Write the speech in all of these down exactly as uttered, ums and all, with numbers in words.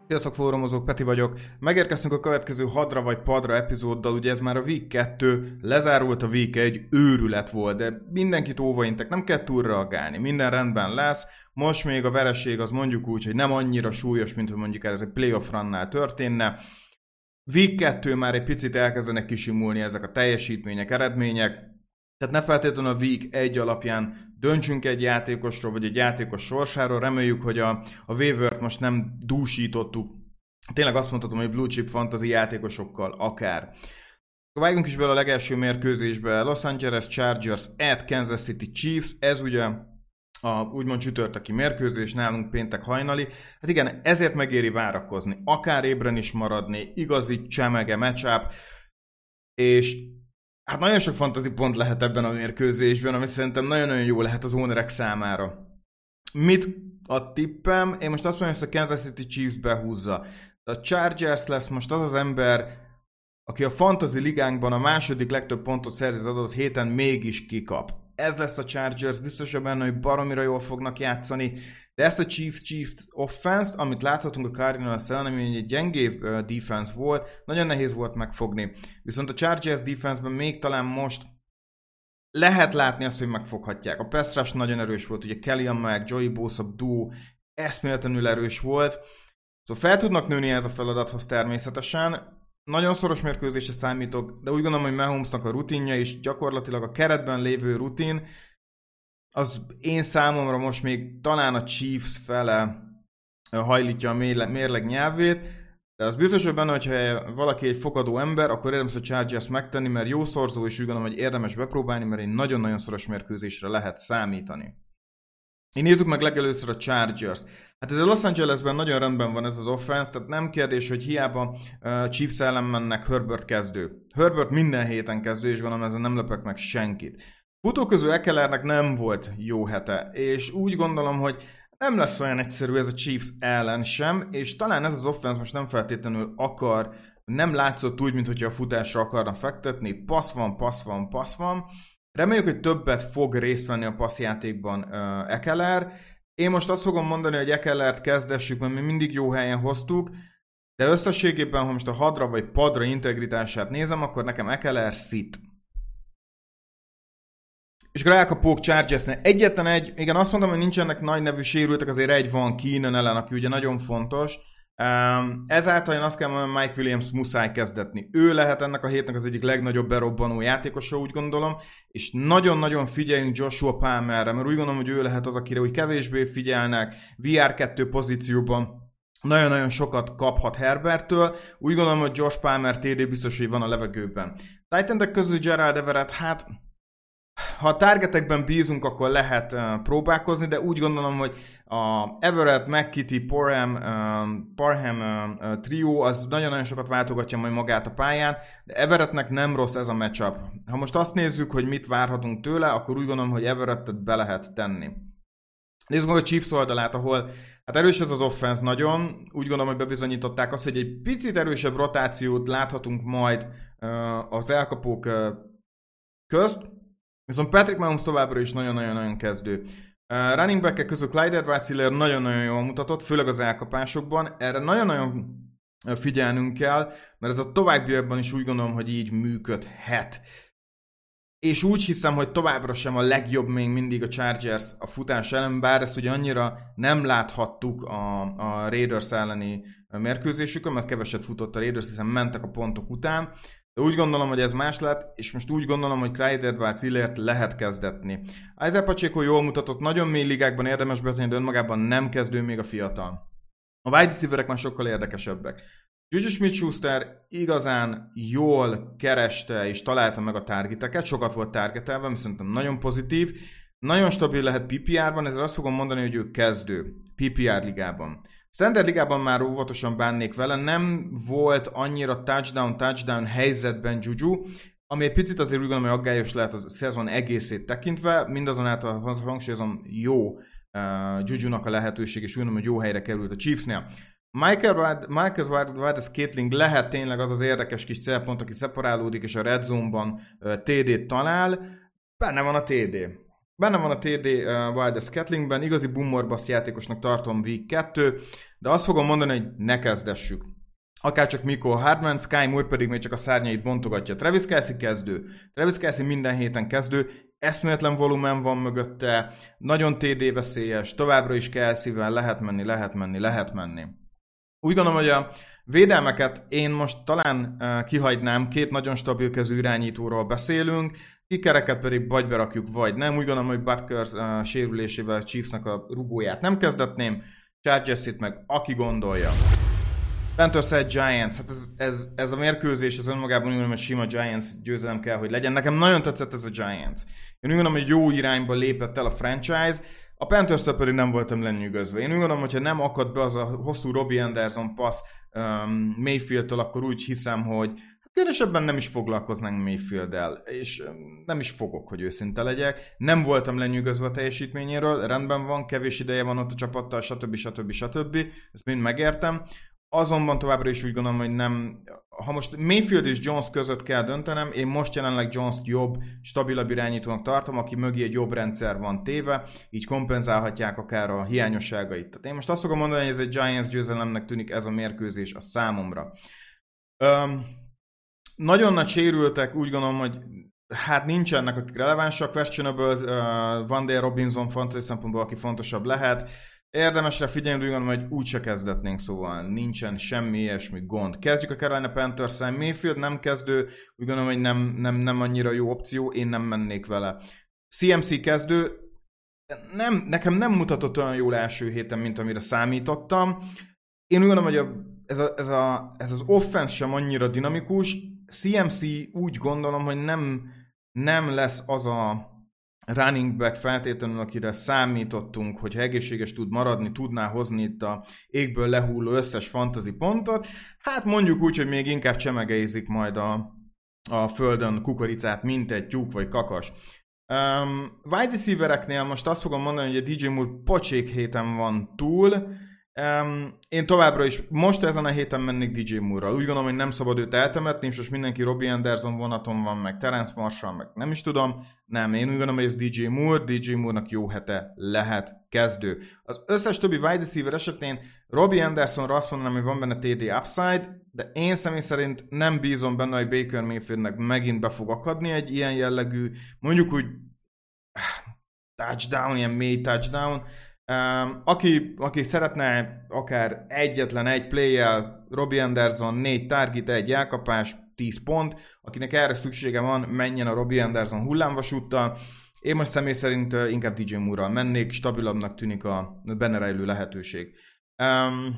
Sziasztok fórumozók, Peti vagyok. Megérkeztünk a következő hadra vagy padra epizóddal, ugye ez már a Week kettő, lezárult a Week egy, őrület volt, de mindenkit óvaintek, nem kell túl reagálni, minden rendben lesz. Most még a vereség az mondjuk úgy, hogy nem annyira súlyos, mint hogy mondjuk ez egy playoff runnál történne. Week kettő már egy picit elkezdenek kisimulni ezek a teljesítmények, eredmények, tehát ne feltétlenül a Week egy alapján döntsünk egy játékosról, vagy egy játékos sorsáról. Reméljük, hogy a, a waivert most nem dúsítottuk. Tényleg azt mondhatom, hogy blue chip fantasy játékosokkal akár. Vágjunk is bele a legelső mérkőzésbe. Los Angeles Chargers at Kansas City Chiefs. Ez ugye a úgymond csütörtöki mérkőzés, nálunk péntek hajnali. Hát igen, ezért megéri várakozni. Akár ébren is maradni, igazi csemege matchup. És hát nagyon sok fantasy pont lehet ebben a mérkőzésben, ami szerintem nagyon-nagyon jó lehet az ownerek számára. Mit a tippem? Én most azt mondom, hogy a Kansas City Chiefs behúzza. A Chargers lesz most az az ember, aki a fantasy ligánkban a második legtöbb pontot szerzi az adott héten, mégis kikap. Ez lesz a Chargers, biztos benne, hogy baromira jól fognak játszani, de ezt a Chiefs Chiefs offense-t, amit láthatunk a Cardinals ellen, ami egy gyengébb uh, defense volt, nagyon nehéz volt megfogni. Viszont a Chargers defense-ben még talán most lehet látni azt, hogy megfoghatják. A pass rush nagyon erős volt, ugye Kellyan meg Joey Bosa duo eszméletlenül erős volt, szóval fel tudnak nőni ez a feladathoz természetesen. Nagyon szoros mérkőzésre számítok, de úgy gondolom, hogy Mahomesnak a rutinja és gyakorlatilag a keretben lévő rutin, az én számomra most még talán a Chiefs fele hajlítja a mérleg nyelvét, de az biztos, hogy benne, hogyha valaki egy fogadó ember, akkor érdemes a Chargers megtenni, mert jó szorzó, és úgy gondolom, hogy érdemes bepróbálni, mert egy nagyon-nagyon szoros mérkőzésre lehet számítani. Én nézzük meg legelőször a Chargers-t. Hát ez a Los Angelesben nagyon rendben van ez az offense, tehát nem kérdés, hogy hiába uh, Chiefs ellen mennek, Herbert kezdő. Herbert minden héten kezdő, és gondolom ezzel nem lepek meg senkit. Futó közül Ekelernek nem volt jó hete, és úgy gondolom, hogy nem lesz olyan egyszerű ez a Chiefs ellen sem, és talán ez az offense most nem feltétlenül akar, nem látszott úgy, mintha a futásra akarna fektetni. Itt passz van, passz van, passz van. Reméljük, hogy többet fog részt venni a passzjátékban uh, Ekeler. Én most azt fogom mondani, hogy Ekelert kezdessük, mert mi mindig jó helyen hoztuk, de összességében, ha most a hadra vagy padra integritását nézem, akkor nekem Ekeler szit. És akkor elkapók Chargersnél. Egyetlen egy, igen, azt mondtam, hogy nincsenek nagy nevű sérültek, azért egy van Keenan ellen, aki ugye nagyon fontos. Um, ezáltal én azt kell mondani, Mike Williams muszáj kezdetni. Ő lehet ennek a hétnek az egyik legnagyobb berobbanó játékosa, úgy gondolom, és nagyon-nagyon figyeljünk Joshua Palmerre, mert úgy gondolom, hogy ő lehet az, akire úgy kevésbé figyelnek, vé er kettő pozícióban nagyon-nagyon sokat kaphat Herberttől. Úgy gondolom, hogy Josh Palmer té dé biztos, hogy van a levegőben. Titansek közül Gerald Everett, hát ha a targetekben bízunk, akkor lehet uh, próbálkozni, de úgy gondolom, hogy a Everett, McKitty, Parham, uh, Parham uh, uh, trió az nagyon-nagyon sokat váltogatja majd magát a pályán, de Everettnek nem rossz ez a matchup. Ha most azt nézzük, hogy mit várhatunk tőle, akkor úgy gondolom, hogy Everettet be lehet tenni. Nézzük meg a Chiefs oldalát, ahol hát erős ez az offense nagyon. Úgy gondolom, hogy bebizonyították azt, hogy egy picit erősebb rotációt láthatunk majd uh, az elkapók uh, közt. Viszont Patrick Mahomes továbbra is nagyon-nagyon kezdő. Uh, running back-ek közül Clyde Edwards-Helaire nagyon-nagyon jól mutatott, főleg az elkapásokban. Erre nagyon-nagyon figyelnünk kell, mert ez a továbbiakban is úgy gondolom, hogy így működhet. És úgy hiszem, hogy továbbra sem a legjobb még mindig a Chargers a futás ellen, bár ezt ugye annyira nem láthattuk a, a Raiders elleni mérkőzésükön, mert keveset futott a Raiders, hiszen mentek a pontok után. De úgy gondolom, hogy ez más lett, és most úgy gondolom, hogy Clyde Edwards-Helaire lehet kezdetni. Isaiah Pacheco jól mutatott, nagyon mély ligákban érdemes betenni, de önmagában nem kezdő még a fiatal. A wide receiverek már sokkal érdekesebbek. Juju Smith-Schuster igazán jól kereste és találta meg a targeteket, sokat volt targetelve, ami szerintem nagyon pozitív. Nagyon stabil lehet pé pé er-ban, ezzel azt fogom mondani, hogy ő kezdő pé pé er ligában. Standard ligában már óvatosan bánnék vele, nem volt annyira touchdown-touchdown helyzetben Juju, ami egy picit azért úgy gondolom, hogy aggályos lehet a szezon egészét tekintve, mindazonáltal hangsúlyozom jó uh, Juju-nak a lehetőség, és úgy gondolom, hogy jó helyre került a Chiefsnél. Michael Valdez-Scantling lehet tényleg az az érdekes kis célpont, aki szeparálódik, és a red zone-ban uh, té dét talál, benne van a té dé. Benne van a té dé uh, Wild Scattlingben, igazi boomorbust játékosnak tartom week kettő, de azt fogom mondani, hogy ne kezdessük. Akárcsak Mikko Hardman, Sky Moore pedig még csak a szárnyait bontogatja. Travis Kelce kezdő. Travis Kelce minden héten kezdő. Eszméletlen volumen van mögötte. Nagyon té dé veszélyes. Továbbra is Kelce-vel lehet menni, lehet menni, lehet menni. Úgy gondolom, hogy a védelmeket én most talán uh, kihagynám. Két nagyon stabil kezű irányítóról beszélünk. Kikereket pedig vagy berakjuk, vagy nem. Úgy gondolom, hogy Butker uh, sérülésével Chiefsnek a rugóját nem kezdetném. Chargers-it meg aki gondolja. Panthers egy Giants, hát ez, ez, ez a mérkőzés az önmagában úgy gondolom, hogy sima Giants győzelem kell, hogy legyen. Nekem nagyon tetszett ez a Giants. Én úgy gondolom, hogy jó irányba lépett el a franchise, a Panthers-től pedig nem voltam lenyűgözve. Én úgy gondolom, hogyha nem akad be az a hosszú Robbie Anderson passz um, Mayfield-től, akkor úgy hiszem, hogy különösebben nem is foglalkoznánk Mayfield-el, és nem is fogok, hogy őszinte legyek. Nem voltam lenyűgözve a teljesítményéről, rendben van, kevés ideje van ott a csapattal, stb. stb. stb. Ezt mind megértem. Azonban továbbra is úgy gondolom, hogy nem... Ha most Mayfield és Jones között kell döntenem, én most jelenleg Jones-t jobb, stabilabb irányítónak tartom, aki mögé egy jobb rendszer van téve, így kompenzálhatják akár a hiányosságait. Tehát én most azt fogom mondani, hogy ez egy Giants győzelemnek tűnik ez a mérkőzés a számomra. Um, nagyon nagy sérültek, úgy gondolom, hogy hát nincsenek, akik relevánsak, questionable, uh, Van Der Robinson fantasy szempontból, aki fontosabb lehet. Érdemesre figyelni, úgy gondolom, hogy úgyse kezdetnénk, szóval nincsen semmi ilyesmi gond. Kezdjük a Carolina Panthers-en. Mayfield nem kezdő, úgy gondolom, hogy nem, nem, nem annyira jó opció, én nem mennék vele. cé em cé kezdő, nem, nekem nem mutatott olyan jól első héten, mint amire számítottam. Én úgy gondolom, hogy a, ez, a, ez, a, ez az offense sem annyira dinamikus. cé em cé úgy gondolom, hogy nem, nem lesz az a running back feltétlenül, akire számítottunk, hogy egészséges tud maradni, tudná hozni itt a égből lehulló összes fantasy pontot. Hát mondjuk úgy, hogy még inkább csemegeizik majd a, a földön kukoricát, mint egy tyúk vagy kakas. Um, wide receivereknél most azt fogom mondani, hogy a dé jé Moore pocsék héten van túl. Um, én továbbra is most ezen a héten mennék dé jé Moore-ral. Úgy gondolom, hogy nem szabad őt eltemetni, és most mindenki Robbie Anderson vonaton van, meg Terence Marshall, meg nem is tudom. Nem, én úgy gondolom, hogy ez dé jé Moore, dé jé Moore-nak jó hete lehet kezdő. Az összes többi wide receiver esetén Robbie Andersonra azt mondanám, hogy van benne té dé upside, de én személy szerint nem bízom benne, hogy Baker Mayfieldnek megint be fog akadni egy ilyen jellegű, mondjuk úgy touchdown, ilyen mély touchdown. Um, aki, aki szeretne akár egyetlen egy play-jel, Robbie Anderson, négy target, egy elkapás, tíz pont, akinek erre szüksége van, menjen a Robbie Anderson hullámvasúttal. Én most személy szerint inkább dé jé Moore-ral mennék, stabilabbnak tűnik a benne rejlő lehetőség. Um,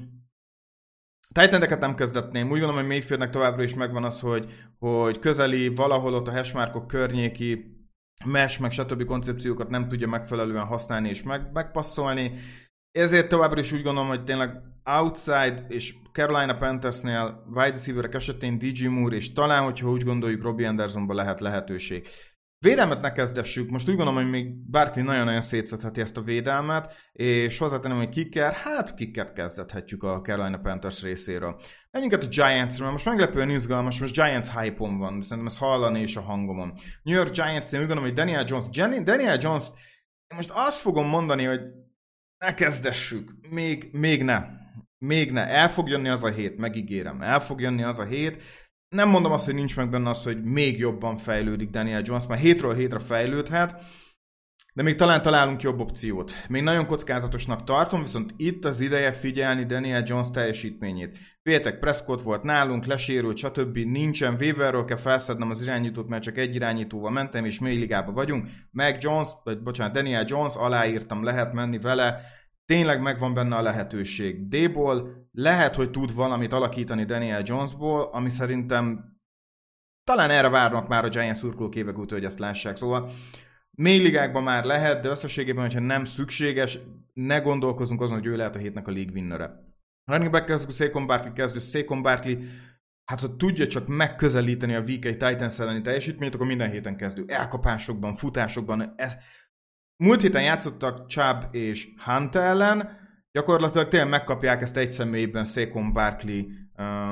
Titan-eket nem kezdetném, úgy gondolom, hogy Mayfieldnek továbbra is megvan az, hogy, hogy közeli, valahol ott a hashmarkok környéki mesh, meg stb. Koncepciókat nem tudja megfelelően használni és meg, megpasszolni. Ezért továbbra is úgy gondolom, hogy tényleg outside és Carolina Panthersnél wide receiverek esetén dé jé Moore, és talán, hogyha úgy gondoljuk, Robbie Andersonban lehet lehetőség. Védelmet ne kezdessük, most úgy gondolom, hogy még Barkley nagyon-nagyon szétszedheti ezt a védelmet, és hozzátenem, hogy kicker, hát kickert kezdethetjük a Carolina Panthers részéről. Menjünk át a Giants-ra, mert most meglepően izgalmas, most Giants hype-on van, szerintem ezt hallani is a hangomon. New York Giants-én úgy gondolom, hogy Daniel Jones, Jenny, Daniel Jones, most azt fogom mondani, hogy ne kezdessük, még, még ne, még ne, el fog jönni az a hét, megígérem, el fog jönni az a hét. Nem mondom azt, hogy nincs meg benne az, hogy még jobban fejlődik Daniel Jones, már hétről hétre fejlődhet, de még talán találunk jobb opciót. Még nagyon kockázatosnak tartom, viszont itt az ideje figyelni Daniel Jones teljesítményét. Féltek, Prescott volt nálunk, lesérült, stb. Nincsen, waiverről kell felszednem az irányítót, mert csak egy irányítóval mentem, és mély ligában vagyunk. Meg Jones, vagy bocsánat, Daniel Jones, aláírtam, lehet menni vele, tényleg megvan benne a lehetőség. D-ból lehet, hogy tud valamit alakítani Daniel Jonesból, ami szerintem talán erre várnak már a Giants szurkolók évek óta, hogy ezt lássák. Szóval mély ligákban már lehet, de összességében, hogyha nem szükséges, ne gondolkozunk azon, hogy ő lehet a hétnek a league winnere. Running back kezdő, Saquon Barkley kezdő, Saquon Barkley, hát ha tudja csak megközelíteni a week egy Titans elleni teljesítményt, akkor minden héten kezdő. Elkapásokban, futásokban, ez... Múlt héten játszottak Chubb és Hunt ellen, gyakorlatilag tényleg megkapják ezt egy személyben Saquon Barkley uh,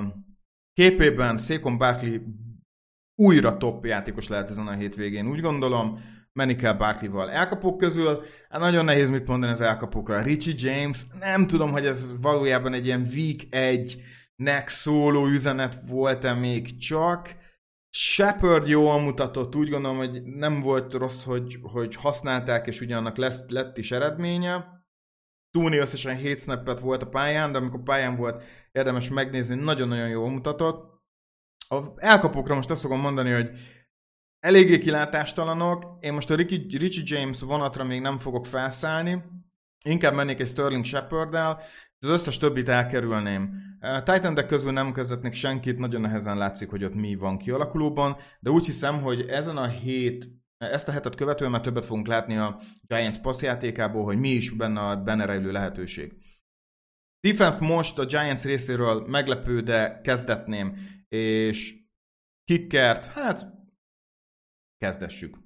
képében. Saquon Barkley újra top játékos lehet ezen a hétvégén, úgy gondolom. menni kell Barkley-val. Elkapók közül, hát nagyon nehéz mit mondani az elkapókra. Richie James, nem tudom, hogy ez valójában egy ilyen week egy-nek szóló üzenet volt-e még csak. Shepard jól mutatott, úgy gondolom, hogy nem volt rossz, hogy, hogy használták, és ugyanak lesz, lett is eredménye. Tóni összesen hét snappet volt a pályán, de amikor pályán volt, érdemes megnézni, nagyon-nagyon jól mutatott. A elkapókra most azt fogom mondani, hogy eléggé kilátástalanok. Én most a Ricky, Richie James vonatra még nem fogok felszállni. Inkább mennék egy Sterling Shepard-del, az összes többit elkerülném. Titan-ek közül nem kezdetnék senkit, nagyon nehezen látszik, hogy ott mi van kialakulóban, de úgy hiszem, hogy ezen a hét, ezt a hetet követően már többet fogunk látni a Giants passzjátékából, hogy mi is benne a benne rejlő lehetőség. Defense most a Giants részéről meglepő, de kezdetném, és kickert, hát kezdessük.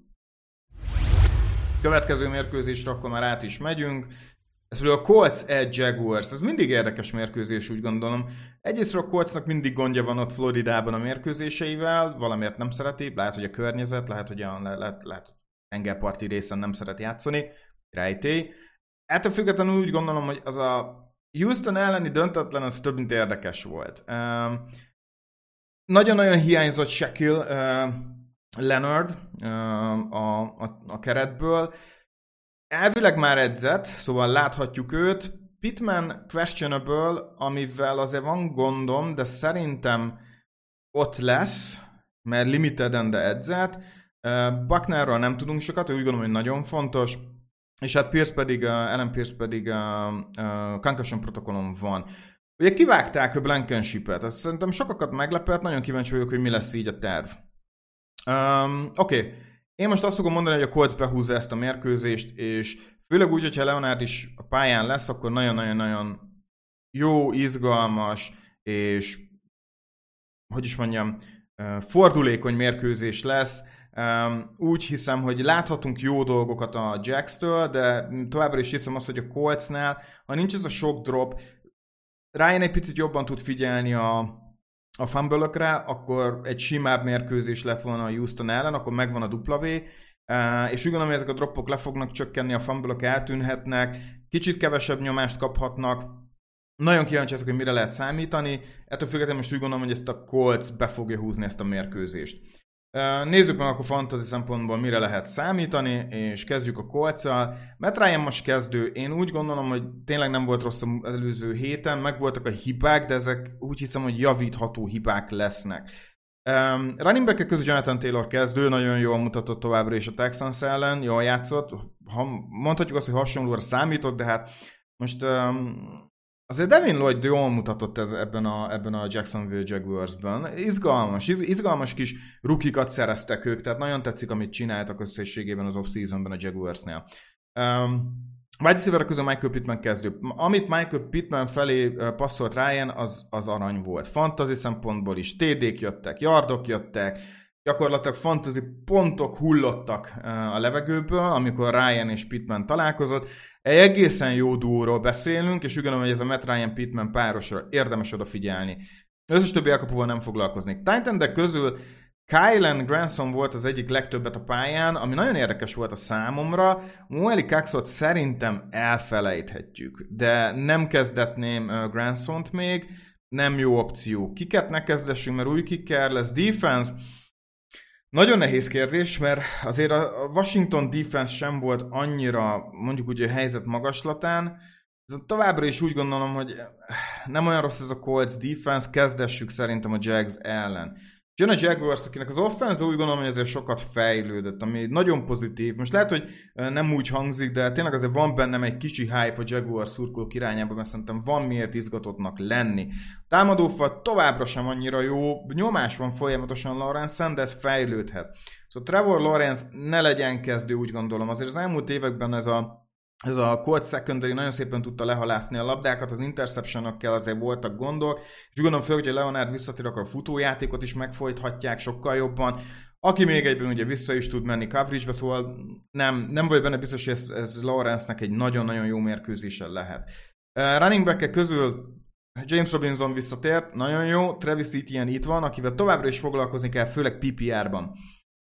Következő mérkőzésre akkor már át is megyünk. Ez például a Colts at Jaguars. Ez mindig érdekes mérkőzés, úgy gondolom. Egyrészt a Coltsnak mindig gondja van ott Floridában a mérkőzéseivel, valamiért nem szereti, lehet, hogy a környezet, lehet, hogy a lehet, lehet, tengerparti részen nem szeret játszani, rejtély. Ettől függetlenül úgy gondolom, hogy az a Houston elleni döntetlen az több mint érdekes volt. Uh, nagyon-nagyon hiányzott Shaquille uh, Leonard uh, a, a, a keretből. Elvileg már edzett, szóval láthatjuk őt. Pittman questionable, amivel azért van gondom, de szerintem ott lesz, mert limiteden, de edzett. Uh, Bucknerről nem tudunk sokat, ő úgy gondolom, hogy nagyon fontos. És hát Pierce pedig, uh, Alan Pierce pedig uh, uh, concussion protokollon van. Ugye kivágták a Blankenshipet, ezt szerintem sokakat meglepett, nagyon kíváncsi vagyok, hogy mi lesz így a terv. Um, Oké, okay. Én most azt fogom mondani, hogy a Colts behúzza ezt a mérkőzést, és főleg úgy, hogyha Leonard is a pályán lesz, akkor nagyon-nagyon-nagyon jó, izgalmas, és hogy is mondjam, fordulékony mérkőzés lesz. Úgy hiszem, hogy láthatunk jó dolgokat a Jacks-től, de továbbra is hiszem azt, hogy a Coltsnál, ha nincs ez a sok drop, Ryan egy picit jobban tud figyelni a, a fumble-ökre, akkor egy simább mérkőzés lett volna a Houston ellen, akkor megvan a dupla V, és úgy gondolom, hogy ezek a droppok le fognak csökkenni, a fumble-ök eltűnhetnek, kicsit kevesebb nyomást kaphatnak. Nagyon kíváncsi ezek, hogy mire lehet számítani. Ettől függetlenül most úgy gondolom, hogy ezt a Colts be fogja húzni ezt a mérkőzést. Nézzük meg akkor fantasy szempontból mire lehet számítani, és kezdjük a Colts-al. Matt Ryan most kezdő, én úgy gondolom, hogy tényleg nem volt rossz az előző héten, meg voltak a hibák, de ezek úgy hiszem, hogy javítható hibák lesznek. Um, running back-ek közül Jonathan Taylor kezdő, nagyon jól mutatott továbbra is a Texans ellen, jól játszott, ha, mondhatjuk azt, hogy hasonlóra számított, de hát most um, azért Devin Lloyd jól mutatott ez, ebben, a, ebben a Jacksonville Jaguarsban. Izgalmas, iz, izgalmas kis rukikat szereztek ők, tehát nagyon tetszik, amit csináltak összességében az off-seasonben a Jaguarsnél. Um, Wide receiver közül Michael Pittman kezdő. Amit Michael Pittman felé passzolt Ryan, az, az arany volt. Fantasy szempontból is té dék jöttek, yardok jöttek, gyakorlatilag fantasy pontok hullottak a levegőből, amikor Ryan és Pittman találkozott. Egy egészen jó duóról beszélünk, és úgy gondolom, hogy ez a Matt Ryan-Pittman párosra érdemes odafigyelni. Összes többi elkapóval nem foglalkoznék. Titan-ek közül Kylen Granson volt az egyik legtöbbet a pályán, ami nagyon érdekes volt a számomra. Moeli Coxot szerintem elfelejthetjük, de nem kezdetném Gransont még, nem jó opció. Kiket ne kezdessünk, mert új kicker lesz. Defense, nagyon nehéz kérdés, mert azért a Washington defense sem volt annyira, mondjuk úgy, a helyzet magaslatán. Továbbra is úgy gondolom, hogy nem olyan rossz ez a Colts defense, kezdessük szerintem a Jags ellen. Jön a Jaguars, akinek az offense úgy gondolom, hogy azért sokat fejlődött, ami nagyon pozitív. Most lehet, hogy nem úgy hangzik, de tényleg azért van bennem egy kicsi hype a Jaguars szurkolók irányában, mert szerintem van miért izgatottnak lenni. Támadófal továbbra sem annyira jó, nyomás van folyamatosan Lawrence-en, de ez fejlődhet. Szóval Trevor Lawrence ne legyen kezdő, úgy gondolom. Azért az elmúlt években ez a Ez a Colts secondary nagyon szépen tudta lehalászni a labdákat, az interceptionokkel azért voltak gondok, és úgy gondolom föl, hogy a Leonard visszatér, akkor a futójátékot is megfojthatják sokkal jobban. Aki még egyben ugye vissza is tud menni coverage-be, szóval nem, nem vagy benne biztos, hogy ez, ez Lawrence-nek egy nagyon-nagyon jó mérkőzése lehet. Uh, running back-ek közül James Robinson visszatért, nagyon jó, Travis Etienne itt van, akivel továbbra is foglalkozni kell, főleg pé pé er-ban.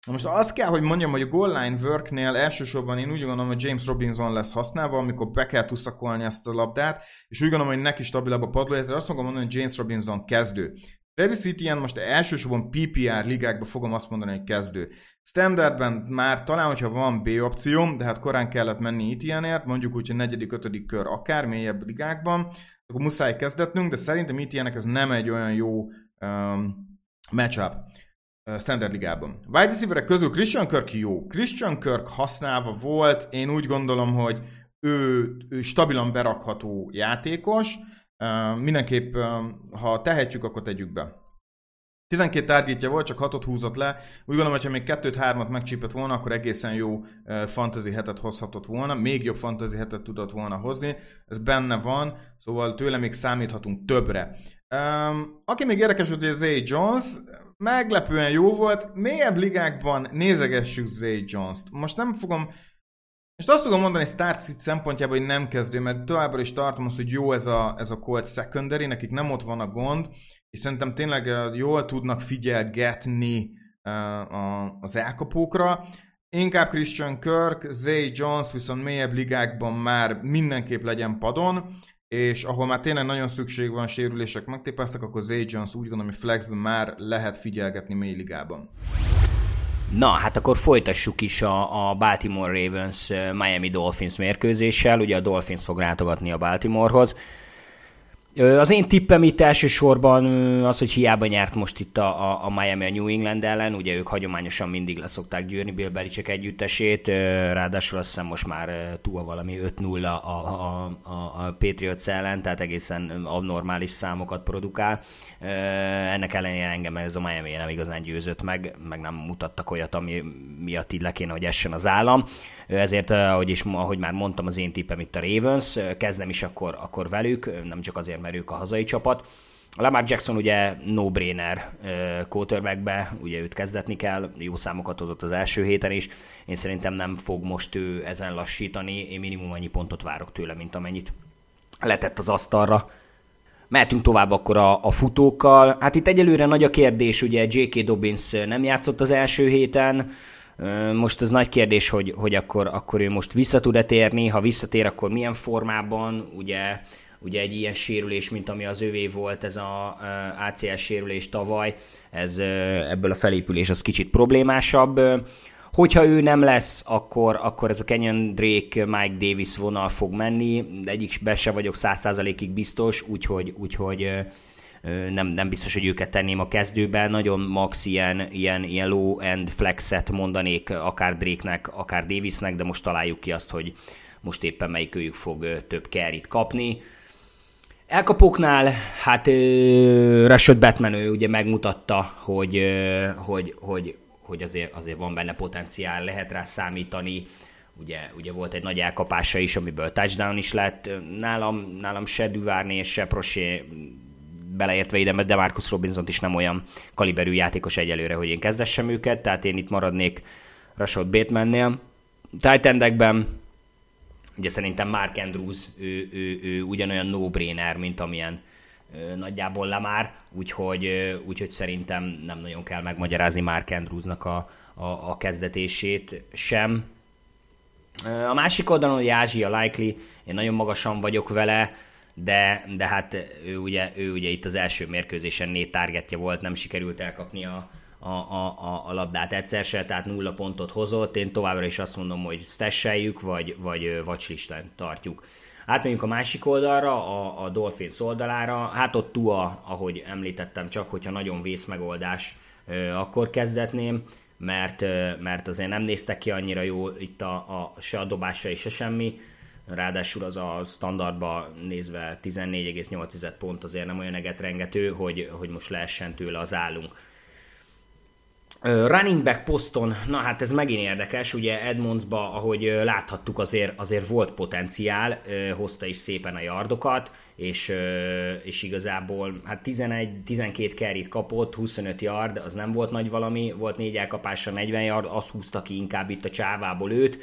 Most azt kell, hogy mondjam, hogy a goal line worknél elsősorban én úgy gondolom, hogy James Robinson lesz használva, amikor be kell tuszakolni ezt a labdát, és úgy gondolom, hogy neki stabilabb a padló, ezért azt fogom mondani, hogy James Robinson kezdő. Travis Etienne most elsősorban pé pé er ligákban fogom azt mondani, hogy kezdő. Standardben már talán, hogyha van B opció, de hát korán kellett menni Etienne-ért, mondjuk úgy, hogy negyedik, ötödik kör akár mélyebb ligákban, akkor muszáj kezdetnünk, de szerintem Etienne-nek ez nem egy olyan jó um, matchup uh, Standard ligában. Wide receiverek közül Christian Kirk jó. Christian Kirk használva volt, én úgy gondolom, hogy ő, ő stabilan berakható játékos, Uh, mindenképp, uh, ha tehetjük, akkor tegyük be. tizenkét targetja volt, csak hatot húzott le. Úgy gondolom, hogy ha még kettőt-hármat megcsípett volna, akkor egészen jó uh, fantasy hetet hozhatott volna. Még jobb fantasy hetet tudott volna hozni. Ez benne van, szóval tőle még számíthatunk többre. Um, aki még érdekes volt, hogy Zay Jones, meglepően jó volt. Mélyebb ligákban nézegessük Zay Jones-t. Most nem fogom Most azt tudom mondani start sit szempontjából, hogy nem kezdő, mert továbbra is tartom azt, hogy jó ez a, ez a Colts secondary, nekik nem ott van a gond, és szerintem tényleg jól tudnak figyelgetni az elkapókra. Inkább Christian Kirk, Zay Jones viszont mélyebb ligákban már mindenképp legyen padon, és ahol már tényleg nagyon szükség van, sérülések megtépáztak, akkor Zay Jones úgy gondolom, hogy flexben már lehet figyelgetni mély ligában. Na, hát akkor folytassuk is a, a Baltimore Ravens Miami Dolphins mérkőzéssel. Ugye a Dolphins fog látogatni a Baltimorehoz. Az én tippem itt elsősorban az, hogy hiába nyert most itt a, a, a Miami a New England ellen, ugye ők hagyományosan mindig leszokták győrni Bill Belichick együttesét, ráadásul azt hiszem most már túl valami öt nulla a, a, a, a Patriots ellen, tehát egészen abnormális számokat produkál. Ennek ellenére engem ez a Miami nem igazán győzött meg, meg nem mutattak olyat, ami miatt így le kéne, hogy essen az állam. Ezért, ahogy, is, ahogy már mondtam, az én tippem itt a Ravens, kezdem is akkor, akkor velük, nem csak azért, mert ők a hazai csapat. Lamar Jackson ugye no-brainer quarterbackbe, ugye őt kezdetni kell, jó számokat hozott az első héten is, én szerintem nem fog most ő ezen lassítani, én minimum annyi pontot várok tőle, mint amennyit letett az asztalra. Mehetünk tovább akkor a, a futókkal. Hát itt egyelőre nagy a kérdés, ugye J K. Dobbins nem játszott az első héten, most ez nagy kérdés, hogy, hogy akkor, akkor ő most vissza tud-e térni, ha visszatér, akkor milyen formában, ugye, ugye egy ilyen sérülés, mint ami az övé volt, ez a á cé el sérülés tavaly, ez ebből a felépülés az kicsit problémásabb. Hogyha ő nem lesz, akkor, akkor ez a Kenyon Drake, Mike Davis vonal fog menni, de egyikben se vagyok száz százalékig biztos, úgyhogy, úgyhogy nem, nem biztos, hogy őket tenném a kezdőben. Nagyon max ilyen, ilyen, ilyen low-end flexet mondanék akár Drake-nek, akár Davisnek, de most találjuk ki azt, hogy most éppen melyik őjük fog több carryt kapni. Elkapóknál, hát Rashad Batman ő ugye megmutatta, hogy, hogy, hogy hogy azért, azért van benne potenciál, lehet rá számítani. Ugye, ugye volt egy nagy elkapása is, amiből touchdown is lett. Nálam, nálam se Duvernay és se Prochet beleértve ide, mert DeMarcus Robinsont is nem olyan kaliberű játékos egyelőre, hogy én kezdessem őket, tehát én itt maradnék Rashad Batemannél. Tight endekben ugye szerintem Mark Andrews, ő, ő, ő ugyanolyan no-brainer, mint amilyen nagyjából Lamar, úgyhogy, úgyhogy szerintem nem nagyon kell megmagyarázni Mark Andrewsnak a, a, a kezdetését sem. A másik oldalon, hogy Ázsi, a Likely, én nagyon magasan vagyok vele, de, de hát ő ugye, ő ugye itt az első mérkőzésen négy targetje volt, nem sikerült elkapni a, a, a, a labdát egyszer se, tehát nulla pontot hozott. Én továbbra is azt mondom, hogy stasheljük, vagy, vagy watchlisten tartjuk. Átmegyünk a másik oldalra, a, a Dolphins oldalára, hát ott Tua, ahogy említettem, csak hogyha nagyon vészmegoldás, akkor kezdetném, mert, mert azért nem néztek ki annyira jól itt a, a, se a dobása, se semmi, ráadásul az a standardba nézve tizennégy egész nyolc pont azért nem olyan egetrengető, hogy, hogy most leessen tőle az állunk. Running back poszton, na hát ez megint érdekes, ugye Edmondsba, ahogy láthattuk, azért, azért volt potenciál, hozta is szépen a yardokat, és, és igazából hát tizenegy-tizenkét carryt kapott, huszonöt yard, az nem volt nagy valami, volt négy elkapása, negyven yard, az húzta ki inkább itt a csávából őt,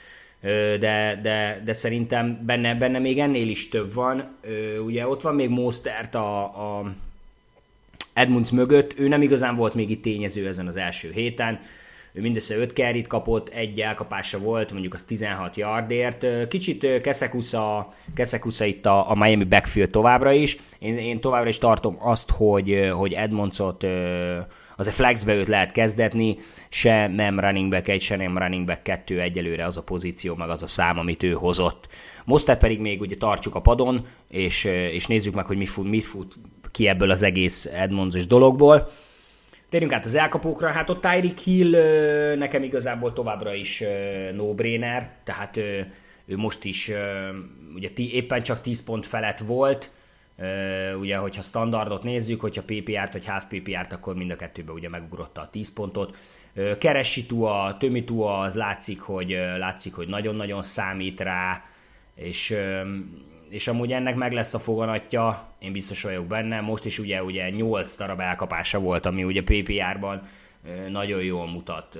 de, de, de szerintem benne, benne még ennél is több van. Ugye ott van még Mostert a, a Edmonds mögött, ő nem igazán volt még itt tényező ezen az első héten, ő mindössze öt carryt kapott, egy elkapása volt, mondjuk az tizenhat yardért. Kicsit Kessekusza, Kessekusza itt a, a Miami backfield továbbra is. Én, én továbbra is tartom azt, hogy, hogy Edmondsot azért flexbe őt lehet kezdetni, se nem running back egy, se nem running back kettő egyelőre az a pozíció, meg az a szám, amit ő hozott. Mostert pedig még ugye tartsuk a padon, és, és nézzük meg, hogy mi fut, mit fut ki ebből az egész Edmondsos dologból. Térjünk át az elkapókra, hát ott Tyreek Hill nekem igazából továbbra is no-brainer, tehát ő most is ugye éppen csak tíz pont felett volt, ugye hogyha standardot nézzük, hogyha pé pé er-t vagy half pé pé er-t, akkor mind a kettőben ugye megugrotta a tíz pontot. Keresi Tua, Tömi Tua, az látszik, hogy, látszik, hogy nagyon-nagyon számít rá, és, és amúgy ennek meg lesz a foganatja, én biztos vagyok benne. Most is ugye, ugye nyolc darab elkapása volt, ami ugye pé pé er-ban nagyon jól mutat.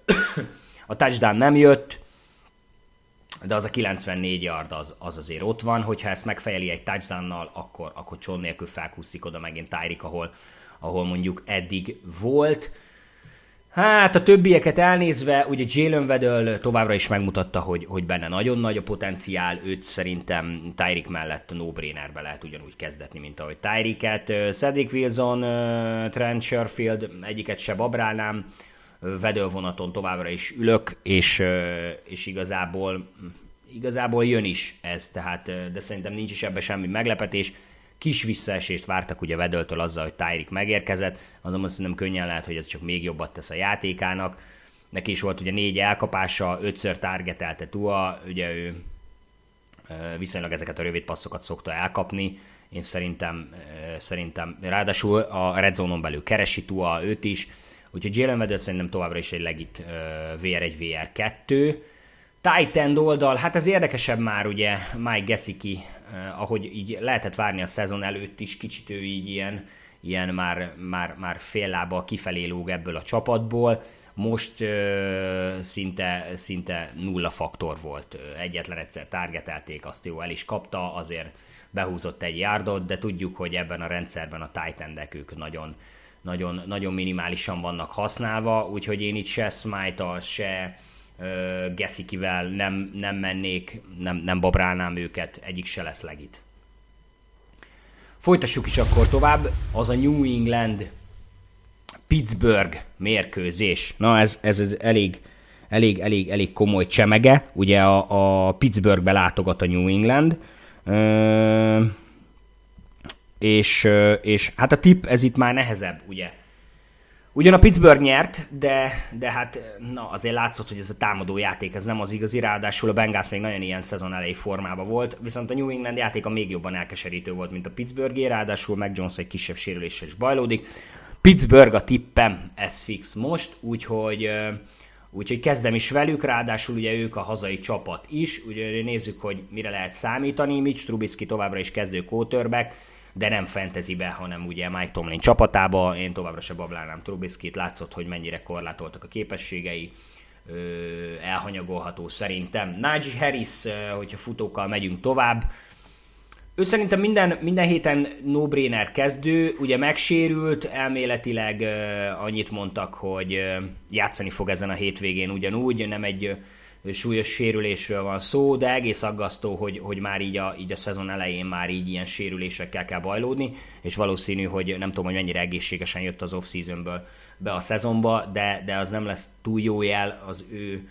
A touchdown nem jött, de az a kilencvennégy yard az, az azért ott van, hogyha ezt megfejeli egy touchdownnal, akkor, akkor cson nélkül felkúszik oda megint Tyreek, ahol, ahol mondjuk eddig volt. Hát a többieket elnézve, ugye Jalen Waddle továbbra is megmutatta, hogy, hogy benne nagyon nagy a potenciál, őt szerintem Tyreek mellett no-brainerbe lehet ugyanúgy kezdetni, mint ahogy Tyreeket. Cedric Wilson, Trent Sherfield, egyiket se babrálnám, Waddle vonaton továbbra is ülök, és, és igazából, igazából jön is ez, tehát, de szerintem nincs is ebben semmi meglepetés. Kis visszaesést vártak ugye Waddle-től azzal, hogy Tyreek megérkezett, azonban szerintem könnyen lehet, hogy ez csak még jobbat tesz a játékának. Neki is volt ugye négy elkapása, ötször targetelte Tua, ugye ő viszonylag ezeket a rövid passzokat szokta elkapni, én szerintem, szerintem ráadásul a red zone-on belül keresi Tua őt is, úgyhogy Jalen Waddle szerintem továbbra is egy legit vé er egy, vé er kettő. Tight end oldal, hát ez érdekesebb már ugye Mike Gesicki, eh, ahogy így lehetett várni a szezon előtt is, kicsit ő így ilyen, ilyen már, már, már fél lábbal kifelé lóg ebből a csapatból. Most eh, szinte, szinte nulla faktor volt. Egyetlen egyszer targetelték, azt jó el is kapta, azért behúzott egy yardot, de tudjuk, hogy ebben a rendszerben a tight endek ők nagyon, nagyon, nagyon minimálisan vannak használva, úgyhogy én itt se Smite-tal, se uh, Gesickivel nem, nem mennék, nem, nem babrálnám őket, egyik se lesz legit. Folytassuk is akkor tovább, az a New England Pittsburgh mérkőzés. Na ez, ez, ez elég, elég, elég, elég komoly csemege, ugye a, a Pittsburghbe látogat a New England, uh, És, és hát a tipp ez itt már nehezebb, ugye. Ugyan a Pittsburgh nyert, de, de hát na, azért látszott, hogy ez a támadó játék, ez nem az igazi, ráadásul a Bengals még nagyon ilyen szezon elejé formában volt, viszont a New England játéka még jobban elkeserítő volt, mint a Pittsburghé, ráadásul Mac Jones egy kisebb sérüléssel is bajlódik. Pittsburgh a tippem, ez fix most, úgyhogy, úgyhogy kezdem is velük, ráadásul ugye ők a hazai csapat is, ugye nézzük, hogy mire lehet számítani. Mitch Trubisky továbbra is kezdő quarterback, de nem fantasybe, hanem ugye Mike Tomlin csapatába. Én továbbra se bablálnám Trubiskit, látszott, hogy mennyire korlátoltak a képességei, elhanyagolható szerintem. Najee Harris, hogyha futókkal megyünk tovább, ő szerintem minden, minden héten no-brainer kezdő, ugye megsérült, elméletileg annyit mondtak, hogy játszani fog ezen a hétvégén ugyanúgy, nem egy súlyos sérülésről van szó, de egész aggasztó, hogy, hogy már így a, így a szezon elején már így ilyen sérülésekkel kell bajlódni, és valószínű, hogy nem tudom, hogy mennyire egészségesen jött az off-seasonből be a szezonba, de, de az nem lesz túl jó jel az ő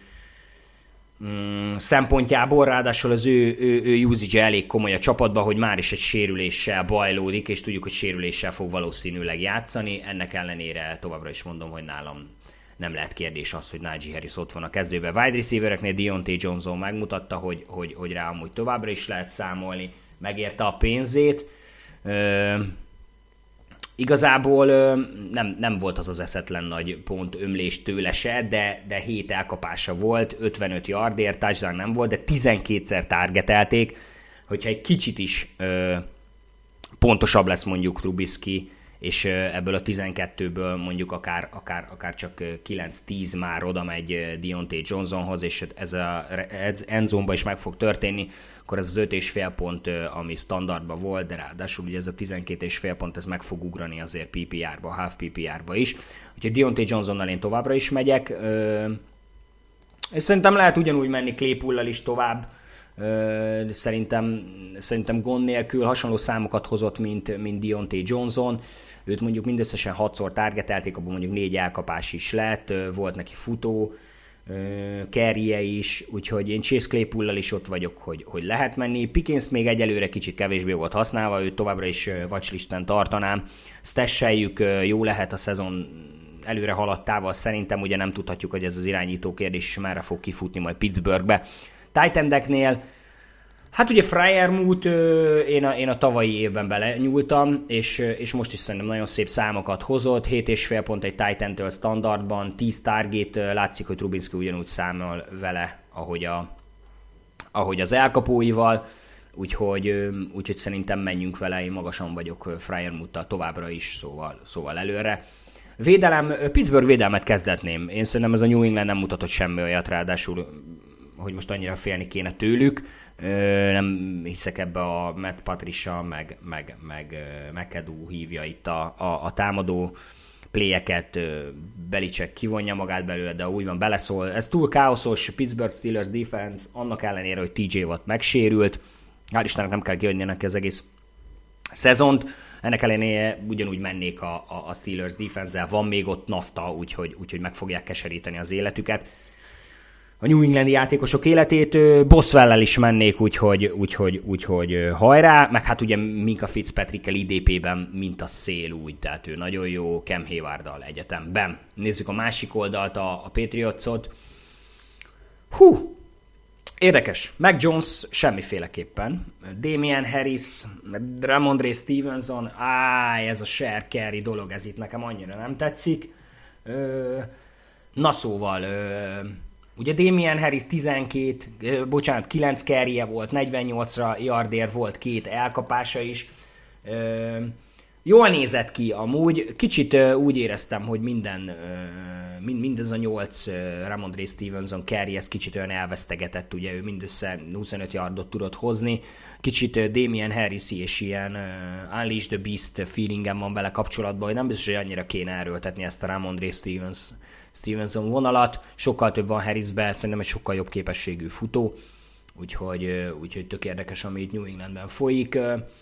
mm, szempontjából, ráadásul az ő, ő, ő usage elég komoly a csapatban, hogy már is egy sérüléssel bajlódik, és tudjuk, hogy sérüléssel fog valószínűleg játszani, ennek ellenére továbbra is mondom, hogy nálam nem lehet kérdés az, hogy Najee Harris ott van a kezdőben. Wide receivereknél Deontay Johnson megmutatta, hogy, hogy, hogy rá amúgy továbbra is lehet számolni, megérte a pénzét. Ö, igazából ö, nem, nem volt az az eszetlen nagy pont ömlés tőle se, de, de hét elkapása volt, ötvenöt yardért, touchdown nem volt, de tizenkétszer targetelték, hogyha egy kicsit is ö, pontosabb lesz mondjuk Trubisky, és ebből a tizenkettőből mondjuk akár, akár, akár csak kilenc-tíz már oda megy Diontae Johnsonhoz, és ez a endzone-ba is meg fog történni, akkor ez az öt és fél pont, ami standardban volt, de ráadásul ugye ez a tizenkét és fél pont, ez meg fog ugrani azért pé pé er-ba, half pé pé er-ba is. Úgyhogy Diontae Johnsonnal én továbbra is megyek, és szerintem lehet ugyanúgy menni Claypool-lal is tovább, szerintem, szerintem gond nélkül hasonló számokat hozott, mint, mint Diontae Johnson. Őt mondjuk mindösszesen hatszor targetelték, abban mondjuk négy elkapás is lett, volt neki futó, carrye is, úgyhogy én Chase Claypool-lal is ott vagyok, hogy, hogy lehet menni. Pickens még egyelőre kicsit kevésbé volt használva, őt továbbra is watchlisten tartanám. Stasheljük jó lehet a szezon előre haladtával, szerintem ugye nem tudhatjuk, hogy ez az irányító kérdés is merre fog kifutni majd Pittsburghbe. Tight endeknél, hát ugye Freiermuth, én a, én a tavalyi évben belenyúltam, és, és most is szerintem nagyon szép számokat hozott, hét és fél pont egy tight endtől standardban, tíz target, látszik, hogy Trubisky ugyanúgy számol vele, ahogy, a, ahogy az elkapóival, úgyhogy, úgyhogy szerintem menjünk vele, én magasan vagyok Freiermuth-tal továbbra is, szóval, szóval előre. Védelem, Pittsburgh védelmet kezdetném, én szerintem ez a New England nem mutatott semmi olyat, ráadásul hogy most annyira félni kéne tőlük. Nem hiszek ebbe a Matt Patricia, meg, meg, meg McAdoo hívja itt a, a, a támadó playeket, Belichick kivonja magát belőle, de úgy van, beleszól. Ez túl káoszos, Pittsburgh Steelers defense, annak ellenére, hogy té jé Watt megsérült. Hál' Istennek nem kell kijönni neki az egész szezont. Ennek ellenére ugyanúgy mennék a, a, a Steelers defense-zel. Van még ott nafta, úgyhogy, úgyhogy meg fogják keseríteni az életüket. A New Englandi játékosok életét, Boswell-lel is mennék, úgyhogy, úgyhogy, úgyhogy hajrá, meg hát ugye Minka Fitzpatrick-el i dé pé-ben, mint a szél úgy, tehát ő nagyon jó, Cam Hayward-dal egyetemben. Nézzük a másik oldalt, a, a Patriotsot. Hú, érdekes, Mac Jones semmiféleképpen, Damian Harris, Ramondre Stevenson, áj, ez a share carry dolog, ez itt nekem annyira nem tetszik. Ö, na szóval... Ö, Ugye Damian Harris tizenkét, bocsánat, kilenc carry-je volt, negyvennyolcra yardért volt, két elkapása is. Jól nézett ki amúgy, kicsit úgy éreztem, hogy minden, mindez a nyolc Ramondre Stevenson carry, ez kicsit olyan elvesztegetett, ugye ő mindössze huszonöt yardot tudott hozni. Kicsit Damian Harris és ilyen Unleash the Beast feelingem van vele kapcsolatban, hogy nem biztos, hogy annyira kéne erőltetni ezt a Ramondre Stevens Stevenson vonalat, sokkal több van Harrisben, szerintem egy sokkal jobb képességű futó, úgyhogy, úgyhogy tök érdekes, ami itt New Englandben folyik.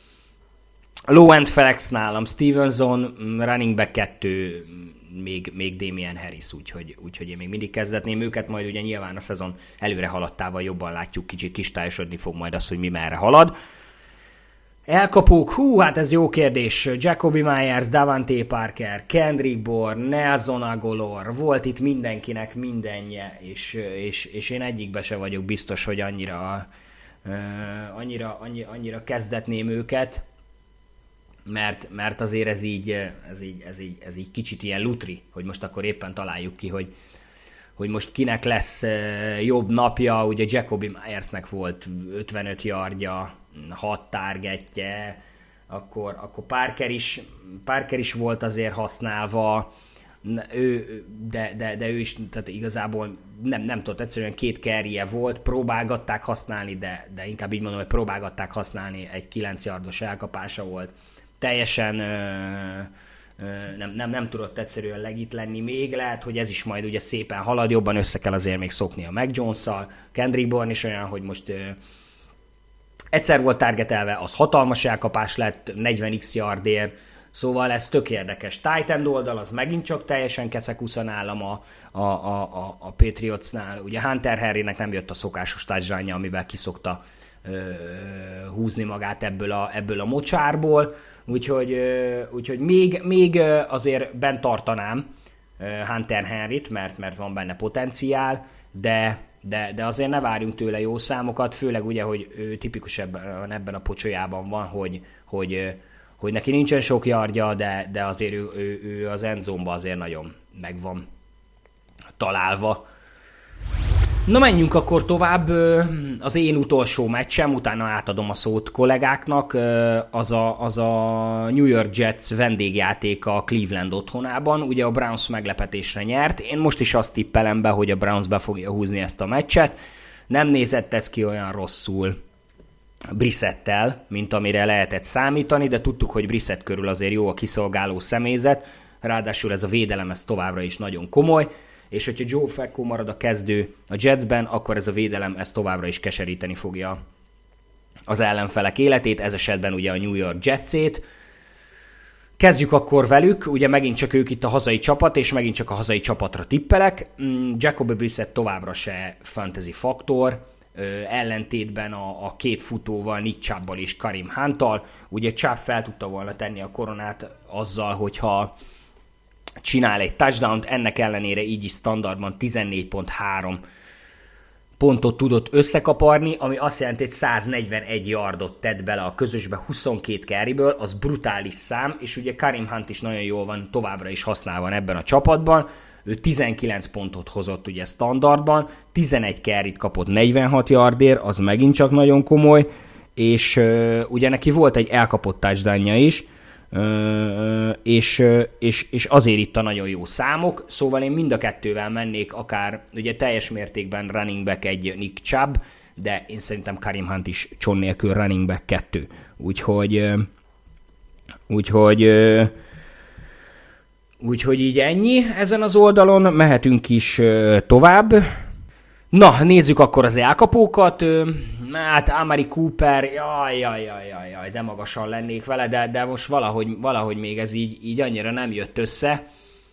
Low end flex nálam Stevenson, running back kettő, még, még Damian Harris, úgyhogy, úgyhogy én még mindig kezdetném őket, majd ugye nyilván a szezon előre haladtával jobban látjuk, kicsit kistályosodni fog majd az, hogy mi merre halad. Elkapók, hú, hát ez jó kérdés. Jacoby Myers, Davante Parker, Kendrick Bourne, Nelson Agholor, volt itt mindenkinek mindenje, és, és, és én egyikbe se vagyok biztos, hogy annyira, uh, annyira, annyira, annyira kezdetném őket, mert, mert azért ez így, ez, így, ez, így, ez így kicsit ilyen lutri, hogy most akkor éppen találjuk ki, hogy, hogy most kinek lesz uh, jobb napja. Ugye Jacoby Myersnek volt ötvenöt yardja, hat targetje, akkor, akkor Parker, is, Parker is volt azért használva, ő, de, de, de ő is, tehát igazából nem, nem tudott, egyszerűen két carry-je volt, próbálgatták használni, de, de inkább így mondom, hogy próbálgatták használni, egy kilenc yardos elkapása volt. Teljesen ö, ö, nem, nem, nem tudott egyszerűen legit lenni még, lehet, hogy ez is majd ugye szépen halad, jobban össze kell azért még szokni a Mac Jones-szal. Kendrick Bourne is olyan, hogy most... Ö, egyszer volt targetelve, az hatalmas elkapás lett, negyven x yardért, szóval ez tök érdekes. Tight end oldal az megint csak teljesen keszekusza nálam a, a, a, a, a Patriotsnál. Ugye Hunter Henrynek nem jött a szokásos touchdownja, amivel kiszokta ö, húzni magát ebből a, ebből a mocsárból, úgyhogy, ö, úgyhogy még, még azért bent tartanám Hunter Henryt, mert, mert van benne potenciál, de De, de azért ne várjunk tőle jó számokat, főleg ugye, hogy ő tipikus ebben, ebben a pocsolyában van, hogy, hogy, hogy neki nincsen sok yardja, de, de azért ő, ő, ő az endzone-ba azért nagyon meg van találva. Na menjünk akkor tovább, az én utolsó meccsem, utána átadom a szót kollégáknak, az a, az a New York Jets vendégjátéka a Cleveland otthonában, ugye a Browns meglepetésre nyert, én most is azt tippelem be, hogy a Browns be fogja húzni ezt a meccset, nem nézett ez ki olyan rosszul Brissettel, mint amire lehetett számítani, de tudtuk, hogy Brissett körül azért jó a kiszolgáló személyzet, ráadásul ez a védelem ez továbbra is nagyon komoly, és hogyha Joe Flacco marad a kezdő a Jetsben, akkor ez a védelem ez továbbra is keseríteni fogja az ellenfelek életét, ez esetben ugye a New York Jetsét. Kezdjük akkor velük, ugye megint csak ők itt a hazai csapat, és megint csak a hazai csapatra tippelek. Jacoby Brissett továbbra se fantasy faktor, ellentétben a, a két futóval, Nick Chubb-bal és Kareem Hunt-tal. Ugye Chubb fel tudta volna tenni a koronát azzal, hogyha csinál egy touchdown-t, ennek ellenére így is standardban tizennégy egész három pontot tudott összekaparni, ami azt jelenti, hogy száznegyvenegy yardot tett bele a közösbe huszonkét carryből, az brutális szám, és ugye Kareem Hunt is nagyon jól van továbbra is használva ebben a csapatban, ő tizenkilenc pontot hozott ugye standardban, tizenegy carryt kapott negyvenhat yardért, az megint csak nagyon komoly, és uh, ugye neki volt egy elkapott touchdownja is, Uh, és, uh, és, és azért itt a nagyon jó számok, szóval én mind a kettővel mennék, akár ugye teljes mértékben running back egy Nick Chubb, de én szerintem Kareem Hunt is cson nélkül running back kettő. Úgyhogy uh, úgyhogy uh, úgyhogy így ennyi ezen az oldalon, mehetünk is uh, tovább. Na, nézzük akkor az elkapókat. Hát Amari Cooper, jaj, jaj, jaj, jaj, jaj, de magasan lennék vele, de, de most valahogy, valahogy még ez így, így annyira nem jött össze.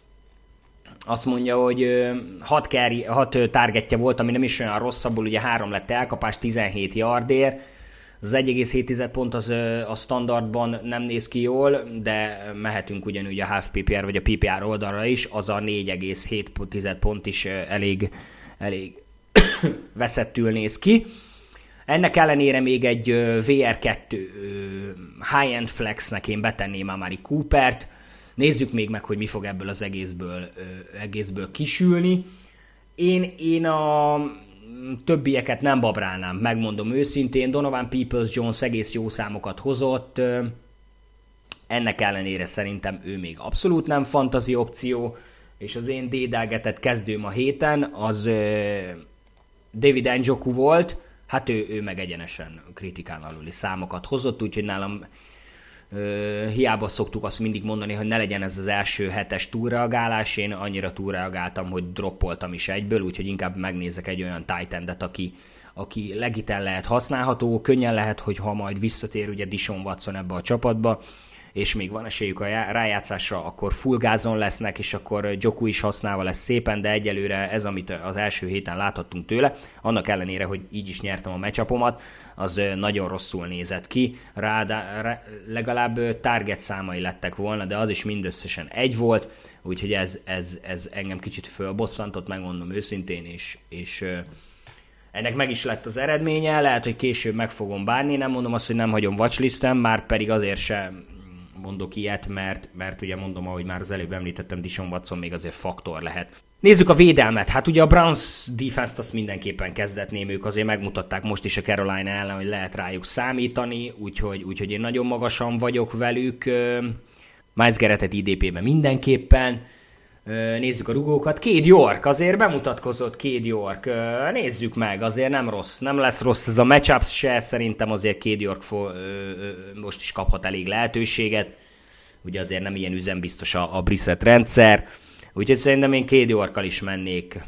Azt mondja, hogy hat, carry, hat targetje volt, ami nem is olyan rosszabbul, ugye három lett elkapás, tizenhét yardért. Az egy egész hét pont az a standardban nem néz ki jól, de mehetünk ugyanúgy a half pé pé er vagy a pé pé er oldalra is, az a négy egész hét pont is elég, elég veszettül néz ki. Ennek ellenére még egy vé er kettő high-end flexnek én betenném Amari Coopert. Nézzük még meg, hogy mi fog ebből az egészből, egészből kisülni. Én, én a többieket nem babrálnám, megmondom őszintén. Donovan Peoples-Jones egész jó számokat hozott. Ennek ellenére szerintem ő még abszolút nem fantasy opció, és az én dédelgetett kezdőm a héten az David Njoku volt, hát ő, ő meg egyenesen kritikán aluli számokat hozott, úgyhogy nálam ö, hiába szoktuk azt mindig mondani, hogy ne legyen ez az első hetes túlreagálás, én annyira túlreagáltam, hogy droppoltam is egyből, úgyhogy inkább megnézek egy olyan tight endet, aki, aki legiten lehet használható, könnyen lehet, hogy ha majd visszatér ugye Deshaun Watson ebbe a csapatba, és még van esélyük a rájátszásra, akkor full gázon lesznek, és akkor Njoku is használva lesz szépen, de egyelőre ez, amit az első héten láthattunk tőle, annak ellenére, hogy így is nyertem a matchupomat, az nagyon rosszul nézett ki, rá, rá, legalább target számai lettek volna, de az is mindösszesen egy volt, úgyhogy ez, ez, ez engem kicsit fölbosszantott, megmondom őszintén, és, és ennek meg is lett az eredménye, lehet, hogy később meg fogom bánni, nem mondom azt, hogy nem hagyom watchlistem, már pedig azért sem mondok ilyet, mert, mert ugye mondom, ahogy már az előbb említettem, Deshaun Watson még azért faktor lehet. Nézzük a védelmet. Hát ugye a Browns defense-t azt mindenképpen kezdetném, ők azért megmutatták most is a Carolina ellen, hogy lehet rájuk számítani, úgyhogy, úgyhogy én nagyon magasan vagyok velük. Miles Garrettet i dé pé-ben mindenképpen. Nézzük a rugókat. Cade York azért bemutatkozott, Cade York. Nézzük meg, azért nem rossz. Nem lesz rossz ez a matchup se, szerintem azért Cade York fo- most is kaphat elég lehetőséget. Ugye azért nem ilyen üzembiztos a, a Brissett rendszer. Úgyhogy szerintem én Cade Yorkkal is mennék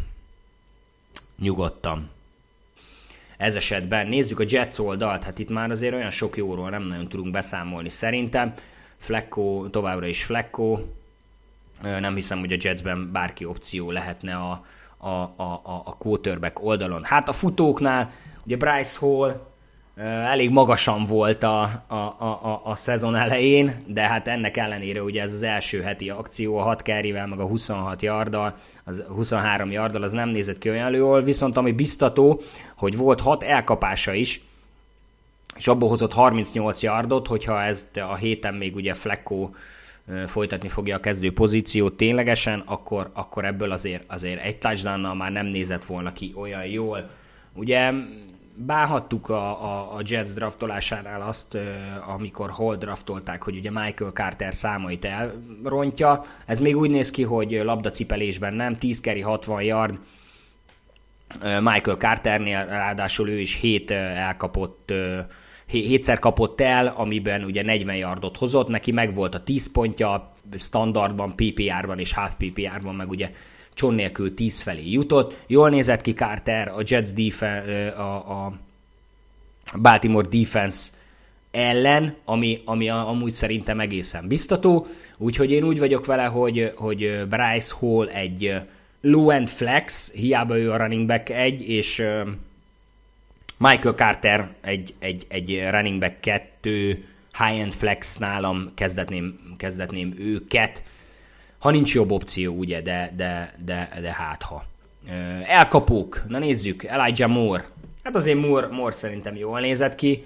nyugodtan. Ez esetben nézzük a Jets oldalt. Hát itt már azért olyan sok jóról nem nagyon tudunk beszámolni szerintem. Flacco, továbbra is Flacco. Nem hiszem, hogy a Jetsben bárki opció lehetne a, a, a, a quarterback oldalon. Hát a futóknál, ugye Bryce Hall elég magasan volt a, a, a, a szezon elején, de hát ennek ellenére ugye ez az első heti akció, a hat carryvel, meg a huszonhat yarddal, az huszonhárom yarddal, az nem nézett ki olyan jól, viszont ami biztató, hogy volt hat elkapása is, és abból hozott harmincnyolc yardot, hogyha ezt a héten még ugye Flacco folytatni fogja a kezdő pozíciót ténylegesen, akkor, akkor ebből azért, azért egy touchdownnal már nem nézett volna ki olyan jól. Ugye bánhattuk a, a, a Jets draftolásánál azt, amikor hol draftolták, hogy ugye Michael Carter számait elrontja. Ez még úgy néz ki, hogy labdacipelésben nem, tíz carry, hatvan yard. Michael Carternél ráadásul ő is hét elkapott, hétszer kapott el, amiben ugye negyven yardot hozott, neki meg volt a tíz pontja, standardban, pé pé er-ban és half pé pé er-ban meg ugye cson nélkül tíz felé jutott. Jól nézett ki Carter, a Jets defense, a, a Baltimore defense ellen, ami, ami amúgy szerintem egészen biztató, úgyhogy én úgy vagyok vele, hogy, hogy Bryce Hall egy low-end flex, hiába ő a running back egy, és Michael Carter egy, egy, egy running back kettő, high-end flex nálam kezdetném, kezdetném őket. Ha nincs jobb opció, ugye, de, de, de, de hát ha. Elkapók, na nézzük, Elijah Moore. Hát azért Moore, Moore szerintem jól nézett ki.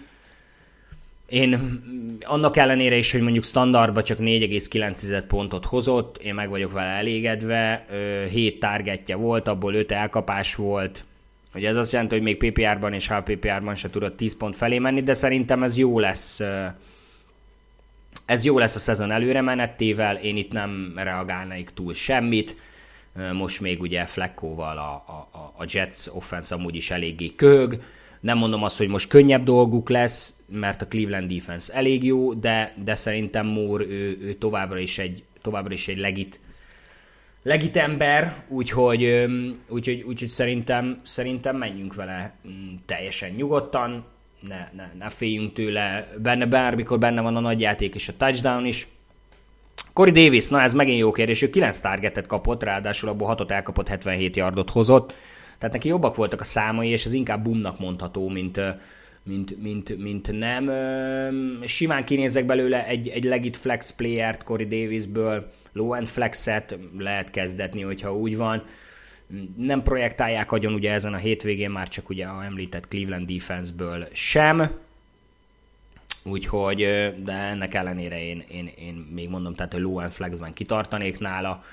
Én annak ellenére is, hogy mondjuk standardban csak négy egész kilenc pontot hozott, én meg vagyok vele elégedve, hét targetje volt, abból öt elkapás volt. Ugye ez azt jelenti, hogy még pé pé er-ban és half pé pé er-ban se tudott tíz pont felé menni, de szerintem ez jó lesz. Ez jó lesz a szezon előre menettével, én itt nem reagálnék túl semmit. Most még ugye Fleckóval a, a, a Jets offense amúgy is eléggé köhög. Nem mondom azt, hogy most könnyebb dolguk lesz, mert a Cleveland defense elég jó, de, de szerintem Moore ő, ő továbbra is egy, továbbra is egy legit, legit ember, úgyhogy, úgyhogy, úgyhogy szerintem, szerintem menjünk vele teljesen nyugodtan, ne, ne, ne féljünk tőle, benne bármikor benne van a nagyjáték és a touchdown is. Corey Davis, na ez megint jó kérdés, ő kilenc targetet kapott, ráadásul abból hatot elkapott, hetvenhét yardot hozott, tehát neki jobbak voltak a számai, és ez inkább boomnak mondható, mint, mint, mint, mint nem. Simán kinézek belőle egy, egy legit flex playert Corey Davisből, low-end flexet lehet kezdetni, hogyha úgy van. Nem projektálják agyon ugye ezen a hétvégén már csak ugye a említett Cleveland defenseből sem. Úgyhogy, de ennek ellenére én, én, én még mondom, tehát hogy low-end flexben kitartanék nála.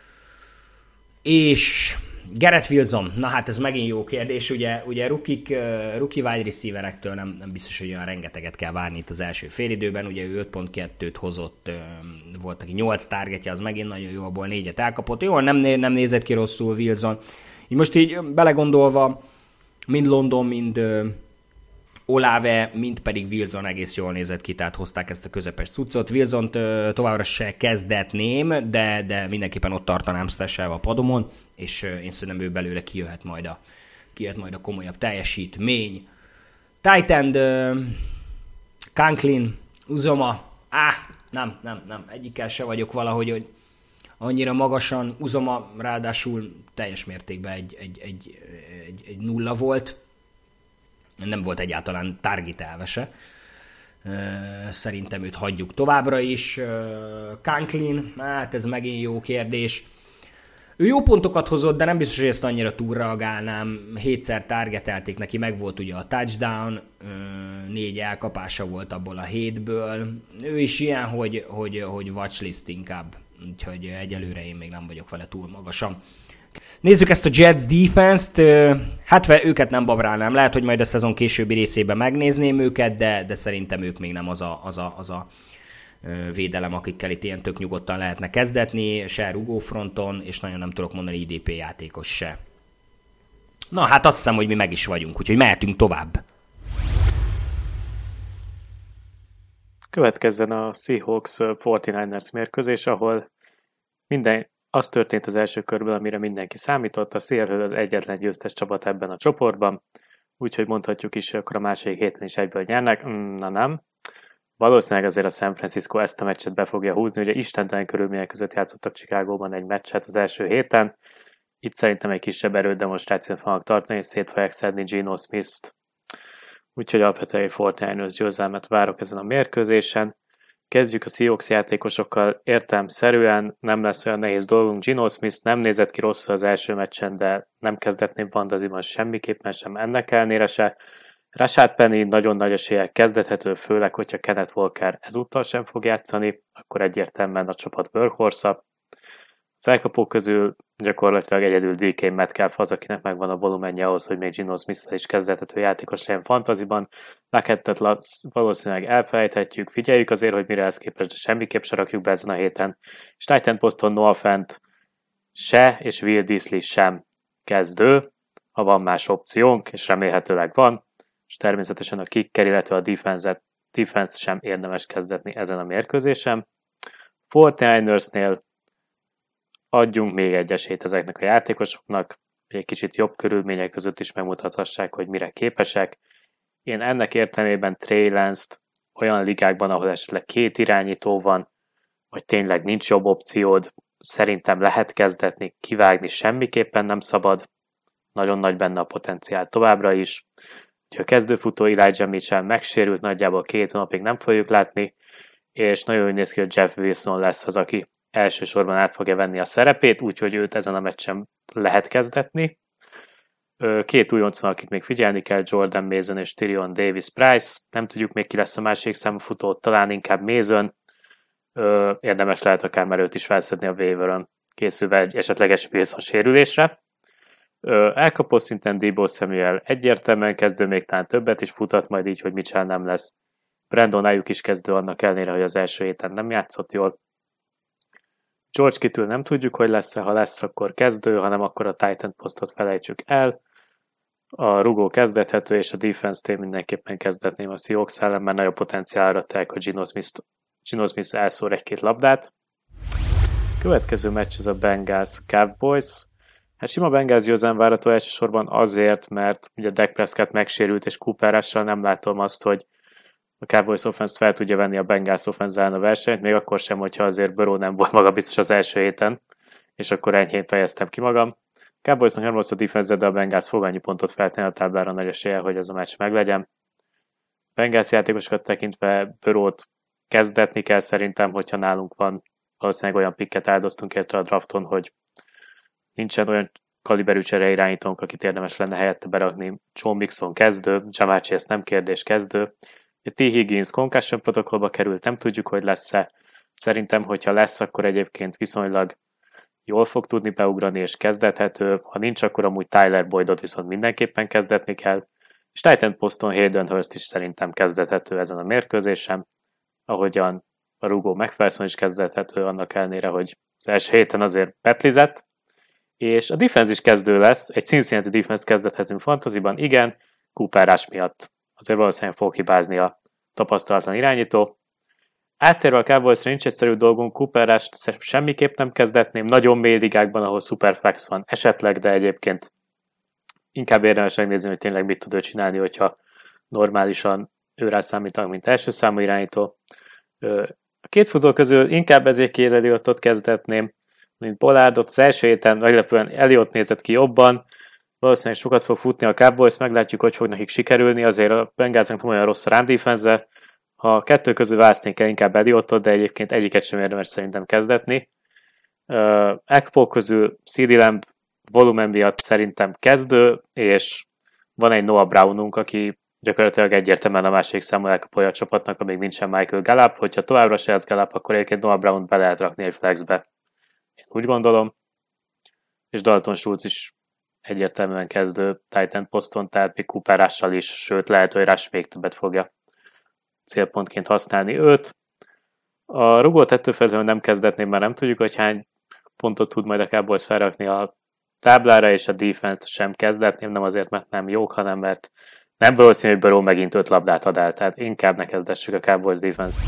És Garrett Wilson, na hát ez megint jó kérdés, ugye, ugye rookie, rookie wide receiverektől nem, nem biztos, hogy olyan rengeteget kell várni itt az első félidőben, ugye ő öt pont kettőt hozott, volt aki nyolc targetje, az megint nagyon jó, abból négyet elkapott, jól nem, nem nézett ki rosszul Wilson. Így most így belegondolva, mind London, mind Olave, mind pedig Wilson egész jól nézett ki, tehát hozták ezt a közepes cuccot. Wilsont továbbra se kezdetném, de, de mindenképpen ott tartanám stashel a padomon, és én szerintem ő belőle kijöhet majd a, kijöhet majd a komolyabb teljesítmény. Tight end, uh, Conklin, Uzoma, áh, nem, nem, nem, egyikkel se vagyok valahogy, hogy annyira magasan, Uzoma ráadásul teljes mértékben egy, egy, egy, egy, egy nulla volt, nem volt egyáltalán targetelve se. Szerintem őt hagyjuk továbbra is. Conklin, hát ez megint jó kérdés. Ő jó pontokat hozott, de nem biztos, hogy ezt annyira túlreagálnám. Hétszer targetelték neki, meg volt ugye a touchdown, négy elkapása volt abból a hétből. Ő is ilyen, hogy, hogy, hogy watchlist inkább. Úgyhogy egyelőre én még nem vagyok vele túl magasan. Nézzük ezt a Jets defense-t, hát őket nem babrálnám, lehet, hogy majd a szezon későbbi részében megnézném őket, de, de szerintem ők még nem az a, az, a, az a védelem, akikkel itt ilyen tök nyugodtan lehetne kezdetni, se rugófronton, és nagyon nem tudok mondani i dé pé játékos se. Na hát azt hiszem, hogy mi meg is vagyunk, úgyhogy mehetünk tovább. Következzen a Seahawks negyvenkilencesek mérkőzés, ahol minden az történt az első körben, amire mindenki számított, a Seattle az egyetlen győztes csapat ebben a csoportban, úgyhogy mondhatjuk is, hogy akkor a második héten is egyből nyernek. Na nem. Valószínűleg azért a San Francisco ezt a meccset be fogja húzni, ugye istentelen körülmények között játszottak Chicagóban egy meccset az első héten, itt szerintem egy kisebb erődemonstrációt fognak tartani, és szét fogják szedni Geno Smith-t. Úgyhogy alapvetően egy negyvenkilences győzelmet várok ezen a mérkőzésen. Kezdjük a Seahawks játékosokkal, értelemszerűen nem lesz olyan nehéz dolgunk. Geno Smith nem nézett ki rosszul az első meccsen, de nem kezdetném fantaziban semmiképpen sem ennek ellenére se. Rashad Penny nagyon nagy eséllyel kezdethető, főleg, hogyha Kenneth Walker ezúttal sem fog játszani, akkor egyértelműen a csapat workhorse-a. Az elkapók közül gyakorlatilag egyedül dé ká Metcalf az, akinek megvan a volumenje ahhoz, hogy még Geno Smith-szel is kezdethető játékos legyen fantaziban. Lackettet valószínűleg elfelejthetjük, figyeljük azért, hogy mire ez képest, de semmiképp se rakjuk be ezen a héten. És tight end poszton Noah Fant se, és Will Dissly sem kezdő, ha van más opciónk, és remélhetőleg van, és természetesen a kicker, illetve a defense-et, defense sem érdemes kezdetni ezen a mérkőzésen. negyvenkilencersnél adjunk még egy esélyt ezeknek a játékosoknak, hogy egy kicsit jobb körülmények között is megmutathassák, hogy mire képesek. Én ennek értelmében Trey Lance-t olyan ligákban, ahol esetleg két irányító van, vagy tényleg nincs jobb opciód, szerintem lehet kezdetni, kivágni semmiképpen nem szabad. Nagyon nagy benne a potenciál továbbra is. Ha a kezdőfutó Elijah Mitchell megsérült, nagyjából két hónapig nem fogjuk látni, és nagyon úgy néz ki, hogy Jeff Wilson lesz az, aki elsősorban át fogja venni a szerepét, úgyhogy őt ezen a meccsen lehet kezdetni. Két újonc van, akit még figyelni kell, Jordan Mason és Tyrion Davis-Price. Nem tudjuk még ki lesz a másik számú futó, talán inkább Mason. Érdemes lehet akár már őt is felszedni a waiver-ön, készülve egy esetleges Wilson sérülésre. Elkapó szinten Deebo Samuel egyértelműen kezdő, még talán többet is futat majd így, hogy Mitchell nem lesz. Brandon Ayuk is kezdő, annak ellenére, hogy az első héten nem játszott jól. George Kittle nem tudjuk, hogy lesz-e, ha lesz, akkor kezdő, hanem akkor a tight end posztot felejtsük el. A rugó kezdethető, és a defense-t mindenképpen kezdetném a Seahawks ellen, mert nagyobb potenciálra telik, hogy Geno Smith, Geno Smith elszór egy-két labdát. Következő meccs az a Bengals Cowboys. Hát sima Bengals győzelem várható elsősorban azért, mert ugye Dak Prescott megsérült, és Cooper Rush-sal nem látom azt, hogy a Cowboys offense fel tudja venni a Bengals offense ellen a versenyt, még akkor sem, hogyha azért Burrow nem volt maga biztos az első héten, és akkor enyhén fejeztem ki magam. A Cowboysnak nem rossz a defense, de a Bengals fog annyi pontot feltenni a táblára, nagy eséllyel, hogy ez a meccs meglegyen. Bengals játékosokat tekintve Burrowt kezdetni kell szerintem, hogyha nálunk van, valószínűleg olyan pikket áldoztunk érte a drafton, hogy nincsen olyan kaliberű csereirányítónk, akit érdemes lenne helyette berakni. Joe Mixon kezdő, Ja'Marr Chase nem kérdés kezdő. T. Higgins concussion protokollba került, nem tudjuk, hogy lesz-e. Szerintem, hogyha lesz, akkor egyébként viszonylag jól fog tudni beugrani és kezdethető. Ha nincs, akkor amúgy Tyler Boydot viszont mindenképpen kezdetni kell. És tight end poszton Hayden Hurst is szerintem kezdethető ezen a mérkőzésen. Ahogyan a rugó McPherson is kezdethető, annak ellenére, hogy az első héten azért betlizett. És a defense is kezdő lesz, egy Cincinnati defense kezdethetünk fantasyban, igen, Cooper Rush miatt. Azért valószínűleg fog hibázni a tapasztalatlan irányító. Áttérve a Cowboysra nincs egyszerű dolgunk, Cooper Rush-t semmiképp nem kezdetném, nagyon mély ligákban, ahol Superflex van esetleg, de egyébként inkább érdemes megnézni, hogy tényleg mit tud ő csinálni, hogyha normálisan őrá számítanak, mint első számú irányító. A két futó közül inkább ezért kér Elliotot kezdetném, mint Bollardot. Az első héten meglepően Elliott nézett ki jobban, valószínűleg sokat fog futni a Cowboys, meglátjuk, hogy fog nekik sikerülni, azért a Bengalsnak nem olyan rossz a run defense-e. Ha a kettő közül választani kell, inkább Elliotot, de egyébként egyiket sem érdemes szerintem kezdetni. Uh, Ekpo közül cé dé Lamb volumen miatt szerintem kezdő, és van egy Noah Brownunk, aki gyakorlatilag egyértelműen a másik számú elkapója a csapatnak, amíg nincsen Michael Gallup. Hogyha továbbra se ez Gallup, akkor egyébként Noah Brown be lehet rakni egy flexbe. Én úgy gondolom. És Dalton Schultz is egyértelműen kezdő tight end poszton, tehát még Cooper Rush-sal is, sőt lehet, hogy Rush még többet fogja célpontként használni őt. A rugót ettől feltétlenül nem kezdetném, mert nem tudjuk, hogy hány pontot tud majd a Cowboys felrakni a táblára, és a defense-t sem kezdetném, nem azért, mert nem jók, hanem mert nem valószínű, hogy Burrow megint öt labdát ad el, tehát inkább ne kezdessük a Cowboys defense-t.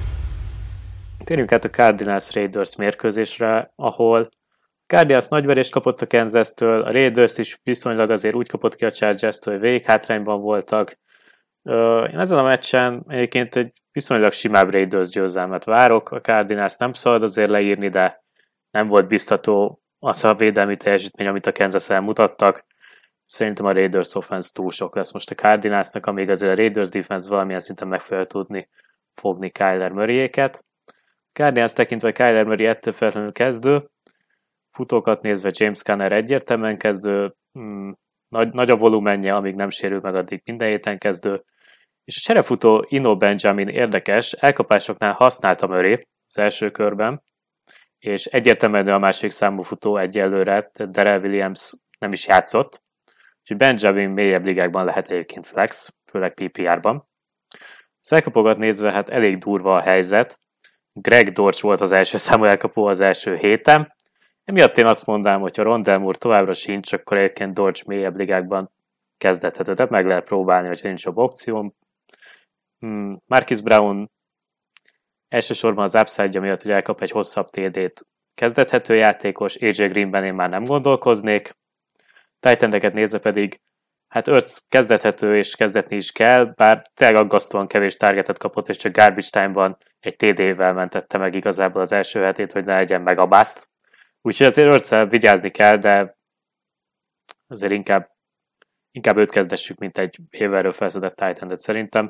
Térjünk át a Cardinals Raiders mérkőzésre, ahol Cardinals nagyverést kapott a Kansas-től, a Raiders is viszonylag azért úgy kapott ki a Chargers-től, hogy végig hátrányban voltak. Én ezen a meccsen egyébként egy viszonylag simább Raiders győzelmet várok, a Cardinals nem szabad azért leírni, de nem volt biztató az a védelmi teljesítmény, amit a Kansas elmutattak. Szerintem a Raiders offense túl sok lesz most a Cardinalsnak, amíg azért a Raiders defense valamilyen szinten meg fogja tudni fogni Kyler Murray-éket. Cardinals tekintve Kyler Murray ettől feltétlenül kezdő, futókat nézve James Conner egyértelműen kezdő, hmm, nagy, nagy a volumenje, amíg nem sérül meg, addig minden héten kezdő. És a cserefutó Eno Benjamin érdekes, elkapásoknál használta Murray az első körben, és egyértelműen a másik számú futó egyelőre, Darrell Williams nem is játszott, úgyhogy Benjamin mélyebb ligákban lehet egyébként flex, főleg pé pé er-ban. Az elkapogat nézve hát elég durva a helyzet. Greg Dortch volt az első számú elkapó az első héten. Emiatt én azt mondanám, hogy ha Rondale Moore továbbra sincs, akkor egyébként Dortch mélyebb ligákban kezdethető, tehát meg lehet próbálni, hogyha nincs jobb opció. Hmm, Marquise Brown elsősorban az upside-ja miatt, hogy elkap egy hosszabb té dét, kezdethető játékos, á jé Greenben én már nem gondolkoznék. Titan-eket nézve pedig hát öt kezdethető és kezdetni is kell, bár tényleg aggasztóan kevés targetet kapott, és csak garbage time-ban egy té dé-vel mentette meg igazából az első hetét, hogy ne legyen meg a bust. Úgyhogy azért ötszel vigyázni kell, de azért inkább, inkább őt kezdessük, mint egy évelről felszedett Titan-et szerintem.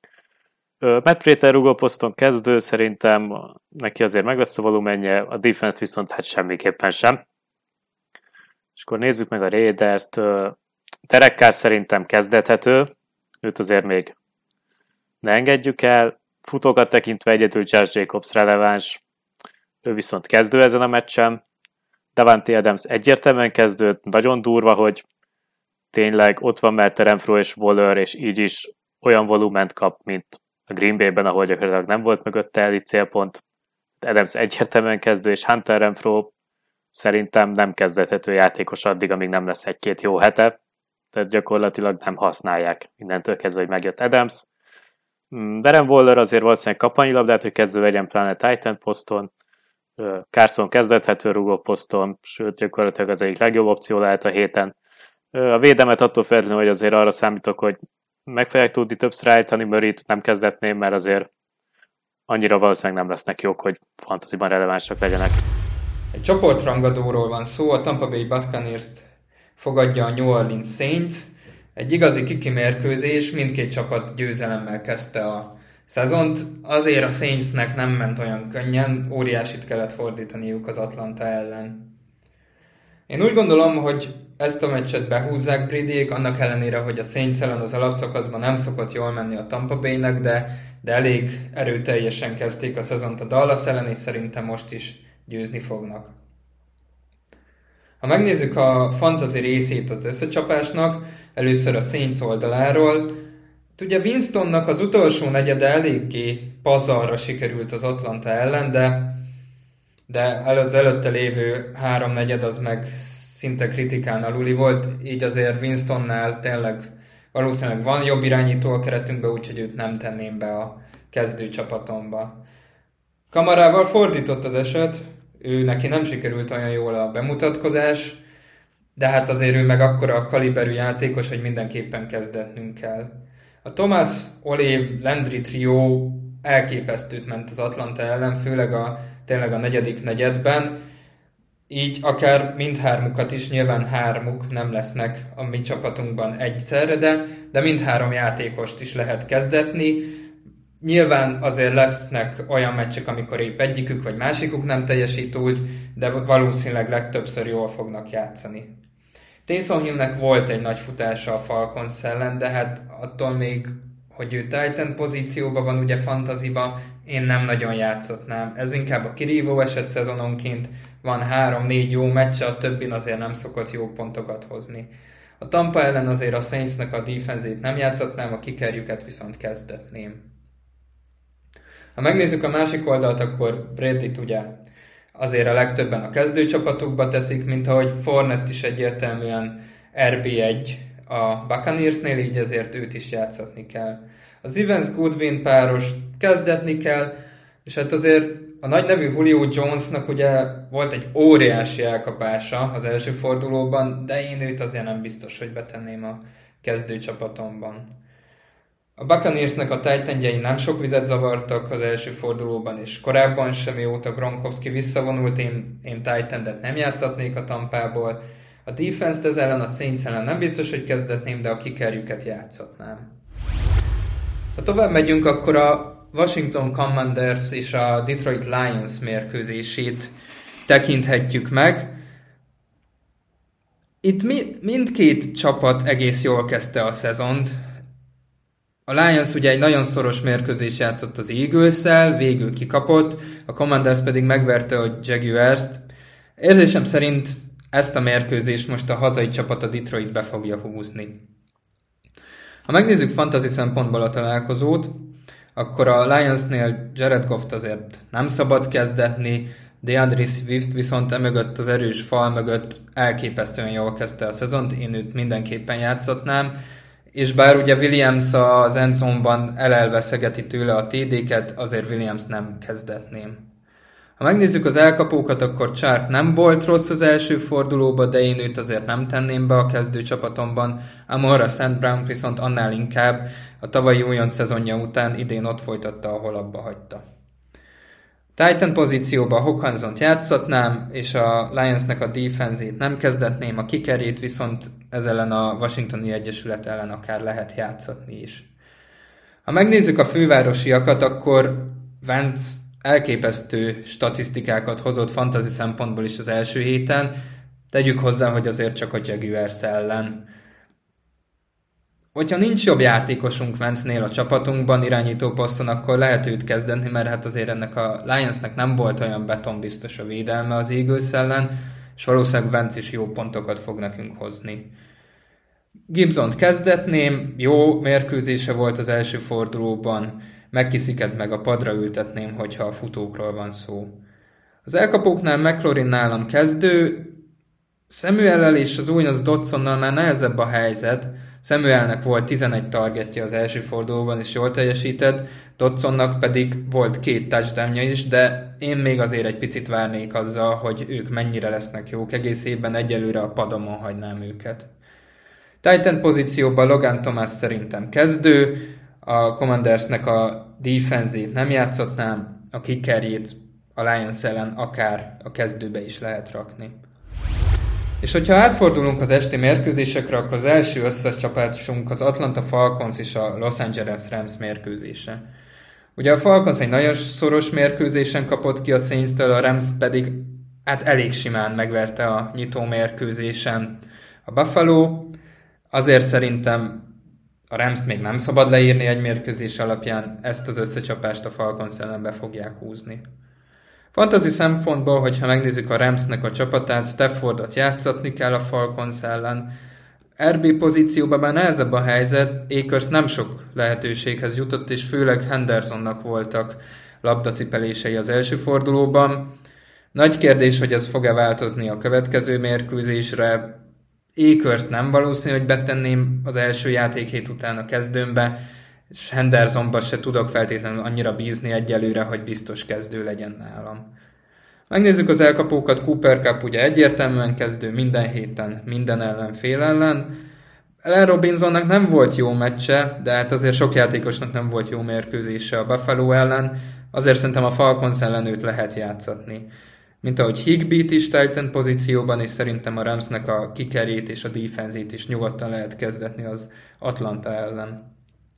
Matt Prater rugóposzton kezdő, szerintem neki azért meg lesz a volumenje, a defense viszont hát semmiképpen sem. És akkor nézzük meg a Raiders-t. Derek Carr szerintem kezdethető, őt azért még ne engedjük el. Futókat tekintve egyedül Josh Jacobs releváns, ő viszont kezdő ezen a meccsen. Davante Adams egyértelműen kezdő, nagyon durva, hogy tényleg ott van, mert Renfro és Waller, és így is olyan volument kap, mint a Green Bay-ben, ahol gyakorlatilag nem volt mögötte elit célpont. Adams egyértelműen kezdő, és Hunter Renfro szerintem nem kezdethető játékos addig, amíg nem lesz egy-két jó hete, tehát gyakorlatilag nem használják innentől kezdve, hogy megjött Adams. Darren Waller azért valószínűleg kap annyi labdát, hogy kezdő legyen pláne Titan poszton, Carson kezdethető rugó poszton, sőt gyakorlatilag az egyik legjobb opció lehet a héten. A védelmet attól feltétlenül, hogy azért arra számítok, hogy meg fogják tudni többször állítani, Murrayt nem kezdetném, mert azért annyira valószínűleg nem lesznek jók, hogy fantasyban relevánsak legyenek. Egy csoportrangadóról van szó, a Tampa Bay Buccaneers-t fogadja a New Orleans Saints. Egy igazi kiki mérkőzés, mindkét csapat győzelemmel kezdte a szezont. Azért a Saintsnek nem ment olyan könnyen, óriásit kellett fordítaniuk az Atlanta ellen. Én úgy gondolom, hogy ezt a meccset behúzzák Bradyék, annak ellenére, hogy a Saints ellen az alapszakaszban nem szokott jól menni a Tampa Bay-nek, de, de elég erőteljesen kezdték a szezont a Dallas ellen, és szerintem most is győzni fognak. Ha megnézzük a fantasy részét az összecsapásnak, először a Saints oldaláról, ugye Winstonnak az utolsó negyede eléggé pazarra sikerült az Atlanta ellen, de, de az előtte lévő három negyed az meg szinte kritikán aluli volt, így azért Winstonnál tényleg valószínűleg van jobb irányító a keretünkbe, úgyhogy őt nem tenném be a kezdőcsapatomba. Kamarával fordított az eset, ő neki nem sikerült olyan jól a bemutatkozás, de hát azért ő meg akkora a kaliberű játékos, hogy mindenképpen kezdetnünk kell. A Thomas, Olave, Landry trió elképesztőt ment az Atlanta ellen, főleg a, tényleg a negyedik negyedben, így akár mindhármukat is, nyilván hármuk nem lesznek a mi csapatunkban egyszerre, de, de mindhárom játékost is lehet kezdetni. Nyilván azért lesznek olyan meccsek, amikor épp egyikük vagy másikuk nem teljesít úgy, de valószínűleg legtöbbször jól fognak játszani. Taysom Hillnek volt egy nagy futása a Falcons ellen, de hát attól még, hogy ő Titan pozícióban van, ugye fantasyba, én nem nagyon játszotnám. Ez inkább a kirívó eset szezononként, van három-négy jó meccse, a többin azért nem szokott jó pontokat hozni. A Tampa ellen azért a Saintsnek a defenzét nem játszotnám, a kikerjüket viszont kezdetném. Ha megnézzük a másik oldalt, akkor Bradyt ugye azért a legtöbben a kezdőcsapatukba teszik, mint ahogy Fournette is egyértelműen er bé egy a Buccaneersnél, így ezért őt is játszatni kell. Az Evans-Goodwin páros kezdetni kell, és hát azért a nagy nevű Julio Jonesnak ugye volt egy óriási elkapása az első fordulóban, de én őt azért nem biztos, hogy betenném a kezdőcsapatomban. A Buccaneersnek a Titanjei nem sok vizet zavartak az első fordulóban, és korábban sem, mióta Gronkowski visszavonult, én, én Titan-et nem játszatnék a Tampából. A defense-t ez ellen, a Saints ellen nem biztos, hogy kezdetném, de a kikerjüket játszatnám. Ha tovább megyünk, akkor a Washington Commanders és a Detroit Lions mérkőzését tekinthetjük meg. itt mi, mindkét csapat egész jól kezdte a szezont. A Lions ugye egy nagyon szoros mérkőzés játszott az Eagles-szel, végül kikapott, a Commanders pedig megverte a Jaguars-t. Érzésem szerint ezt a mérkőzést most a hazai csapat, a Detroit be fogja húzni. Ha megnézzük fantasy szempontból a találkozót, akkor a Lionsnél Jared Goff-t azért nem szabad kezdetni, DeAndre Swift viszont emögött az erős fal mögött elképesztően jól kezdte a szezont, én őt mindenképpen játszatnám, és bár ugye Williams az endzone-ban elelveszegeti tőle a té dé-ket, azért Williams nem kezdetném. Ha megnézzük az elkapókat, akkor Chark nem volt rossz az első fordulóban, de én őt azért nem tenném be a kezdő csapatomban. Amon-Ra Saint Brown viszont annál inkább a tavalyi újon szezonja után idén ott folytatta, ahol abba hagyta. Titan pozícióban Hawkinsont játszatnám, és a Lionsnek a defense-ét nem kezdetném, a kickerét viszont ez ellen a Washingtoni Egyesület ellen akár lehet játszatni is. Ha megnézzük a fővárosiakat, akkor Wentz elképesztő statisztikákat hozott fantasy szempontból is az első héten, tegyük hozzá, hogy azért csak a Jaguars ellen. Hogyha nincs jobb játékosunk Wentznél a csapatunkban irányító poszton, akkor lehet őt kezdeni, mert hát azért ennek a Lionsnek nem volt olyan betonbiztos a védelme az Eagles ellen, és valószínűleg Wentz is jó pontokat fog nekünk hozni. Gibsont kezdetném, jó mérkőzése volt az első fordulóban, McKissicket meg a padra ültetném, hogyha a futókról van szó. Az elkapóknál McLaurin nálam kezdő, Samuellel és az újonc Dodsonnal már nehezebb a helyzet. Samuelnek volt tizenegy targetje az első fordulóban, és jól teljesített, Dodsonnak pedig volt két touchdownja is, de én még azért egy picit várnék azzal, hogy ők mennyire lesznek jók. Egész évben egyelőre a padomon hagynám őket. Titan pozícióban Logan Thomas szerintem kezdő, a Commandersnek a defense-ét nem játszotnám, a kickerjét a Lions ellen akár a kezdőbe is lehet rakni. És hogyha átfordulunk az esti mérkőzésekre, akkor az első összecsapásunk az Atlanta Falcons és a Los Angeles Rams mérkőzése. Ugye a Falcons egy nagyon szoros mérkőzésen kapott ki a Saints-től, a Rams pedig hát elég simán megverte a nyitó mérkőzésen a Buffalo. Azért szerintem a Rams még nem szabad leírni egy mérkőzés alapján, ezt az összecsapást a Falcons ellen be fogják húzni. Fantasy szempontból, hogyha megnézzük a Ramsnek a csapatát, Staffordot játszatni kell a Falcons ellen. er bé pozícióban már nehezebb a helyzet, Akers nem sok lehetőséghez jutott, és főleg Hendersonnak voltak labdacipelései az első fordulóban. Nagy kérdés, hogy ez fog-e változni a következő mérkőzésre. Akers nem valószínű, hogy betenném az első játékhét után a kezdőmbe, és Hendersonban se tudok feltétlenül annyira bízni egyelőre, hogy biztos kezdő legyen nálam. Megnézzük az elkapókat, Cooper Kupp ugye egyértelműen kezdő minden héten, minden ellenfél ellen. Allen Robinsonnak nem volt jó meccse, de hát azért sok játékosnak nem volt jó mérkőzése a Buffalo ellen, azért szerintem a Falcons ellen őt lehet játszatni. Mint ahogy Higbee-t is Titan pozícióban, és szerintem a Ramsnek a kickerét és a defense-ét is nyugodtan lehet kezdetni az Atlanta ellen.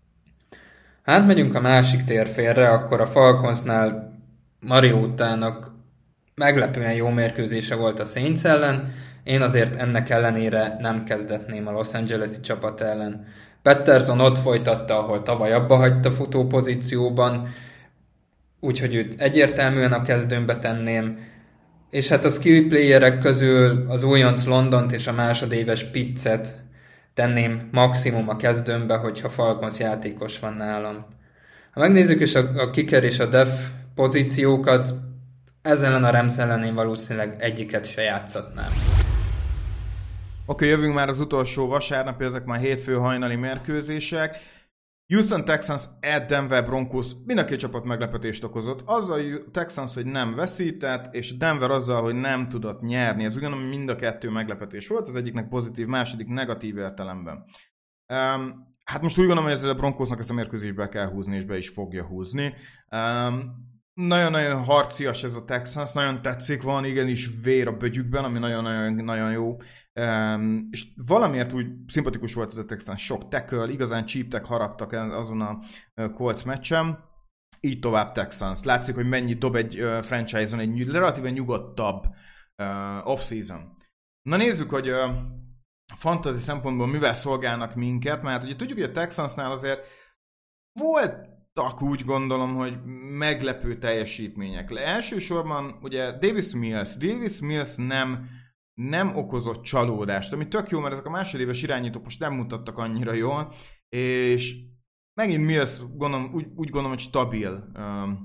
Hát megyünk a másik térfélre, akkor a Falconsnál Mariottának meglepően jó mérkőzése volt a Saints ellen, én azért ennek ellenére nem kezdetném a Los Angeles-i csapat ellen. Patterson ott folytatta, ahol tavaly abba hagyta futó pozícióban, úgyhogy őt egyértelműen a kezdőmbe tenném, és hát a skill playerek közül az újonc Londont és a másodéves Pittset tenném maximum a kezdőmbe, hogyha Falcons játékos van nálam. Ha megnézzük is a, a kicker és a def pozíciókat, ezzel ellen a Rams ellen én valószínűleg egyiket se játszatnám. Oké, okay, jövünk már az utolsó vasárnapi, ezek már hétfő hajnali mérkőzések. Houston Texans at Denver Broncos, mind a két csapat meglepetést okozott. Azzal a Texans, hogy nem veszített, és Denver azzal, hogy nem tudott nyerni. Ez ugyanúgy mind a kettő meglepetés volt, az egyiknek pozitív, második negatív értelemben. Um, hát most úgy gondolom, hogy ezzel a Broncosnak ezt a mérkőzésbe kell húzni, és be is fogja húzni. Um, nagyon-nagyon harcias ez a Texans, nagyon tetszik, van igenis vér a bögyükben, ami nagyon-nagyon jó. Um, és valamiért úgy szimpatikus volt ez a Texans, sok tackle, igazán csíptek, haraptak azon a Colts meccsen. Így tovább Texans. Látszik, hogy mennyi dob egy uh, franchise-on egy relatíve nyugodtabb uh, off-season. Na nézzük, hogy uh, fantasy szempontból mivel szolgálnak minket, mert ugye tudjuk, hogy a Texansnál azért voltak, úgy gondolom, hogy meglepő teljesítmények. Elsősorban ugye Davis Mills. Davis Mills nem, nem okozott csalódást, ami tök jó, mert ezek a másodéves irányítók most nem mutattak annyira jól, és megint Mills gondolom, úgy, úgy gondolom, hogy stabil, um,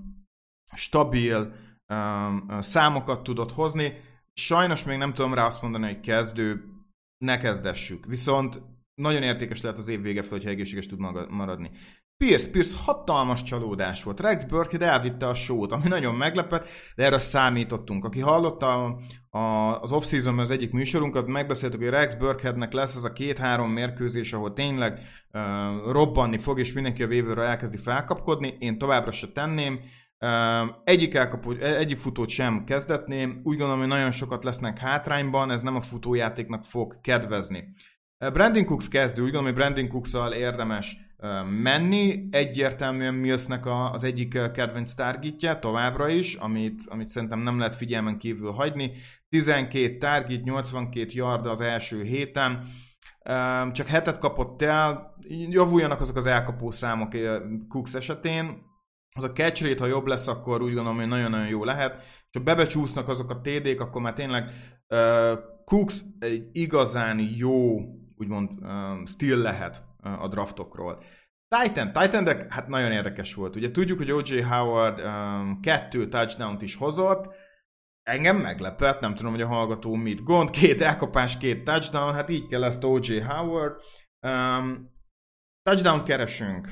stabil um, számokat tudott hozni. Sajnos még nem tudom rá azt mondani, hogy kezdő, ne kezdessük. Viszont nagyon értékes lehet az év vége fel, hogyha egészséges tud maradni. Pierce, Pierce hatalmas csalódás volt. Rex Burkhead elvitte a sót, ami nagyon meglepett, de erre számítottunk. Aki hallotta a, a, az off-seasonban az egyik műsorunkat, megbeszéltük, hogy Rex Burkheadnek lesz az a két-három mérkőzés, ahol tényleg uh, robbanni fog, és mindenki a vévőről elkezdi felkapkodni. Én továbbra se tenném. Uh, egyik, elkapó, egyik futót sem kezdetném. Úgy gondolom, hogy nagyon sokat lesznek hátrányban, ez nem a futójátéknak fog kedvezni. Uh, Brandon Cooks kezdő, úgy gondolom, hogy Brandon Cooks-szal érdemes uh, menni. Egyértelműen Millsnek a, az egyik uh, kedvenc targetje továbbra is, amit, amit szerintem nem lehet figyelmen kívül hagyni. tizenkét target, nyolcvankét yard az első héten. Uh, csak hetet kapott el, javuljanak azok az elkapó számok uh, Cooks esetén. Az a catch rate, ha jobb lesz, akkor úgy gondolom, hogy nagyon-nagyon jó lehet. És ha bebecsúsznak azok a té dék, akkor már tényleg uh, Cooks egy igazán jó, úgymond uh, steal lehet uh, a draftokról. Titan, Titan, hát nagyon érdekes volt. Ugye tudjuk, hogy o jé Howard um, kettő touchdownt is hozott. Engem meglepett, nem tudom, hogy a hallgató mit gond. Két elkapás, két touchdown, hát így kell ezt o jé Howard. Um, touchdown keresünk.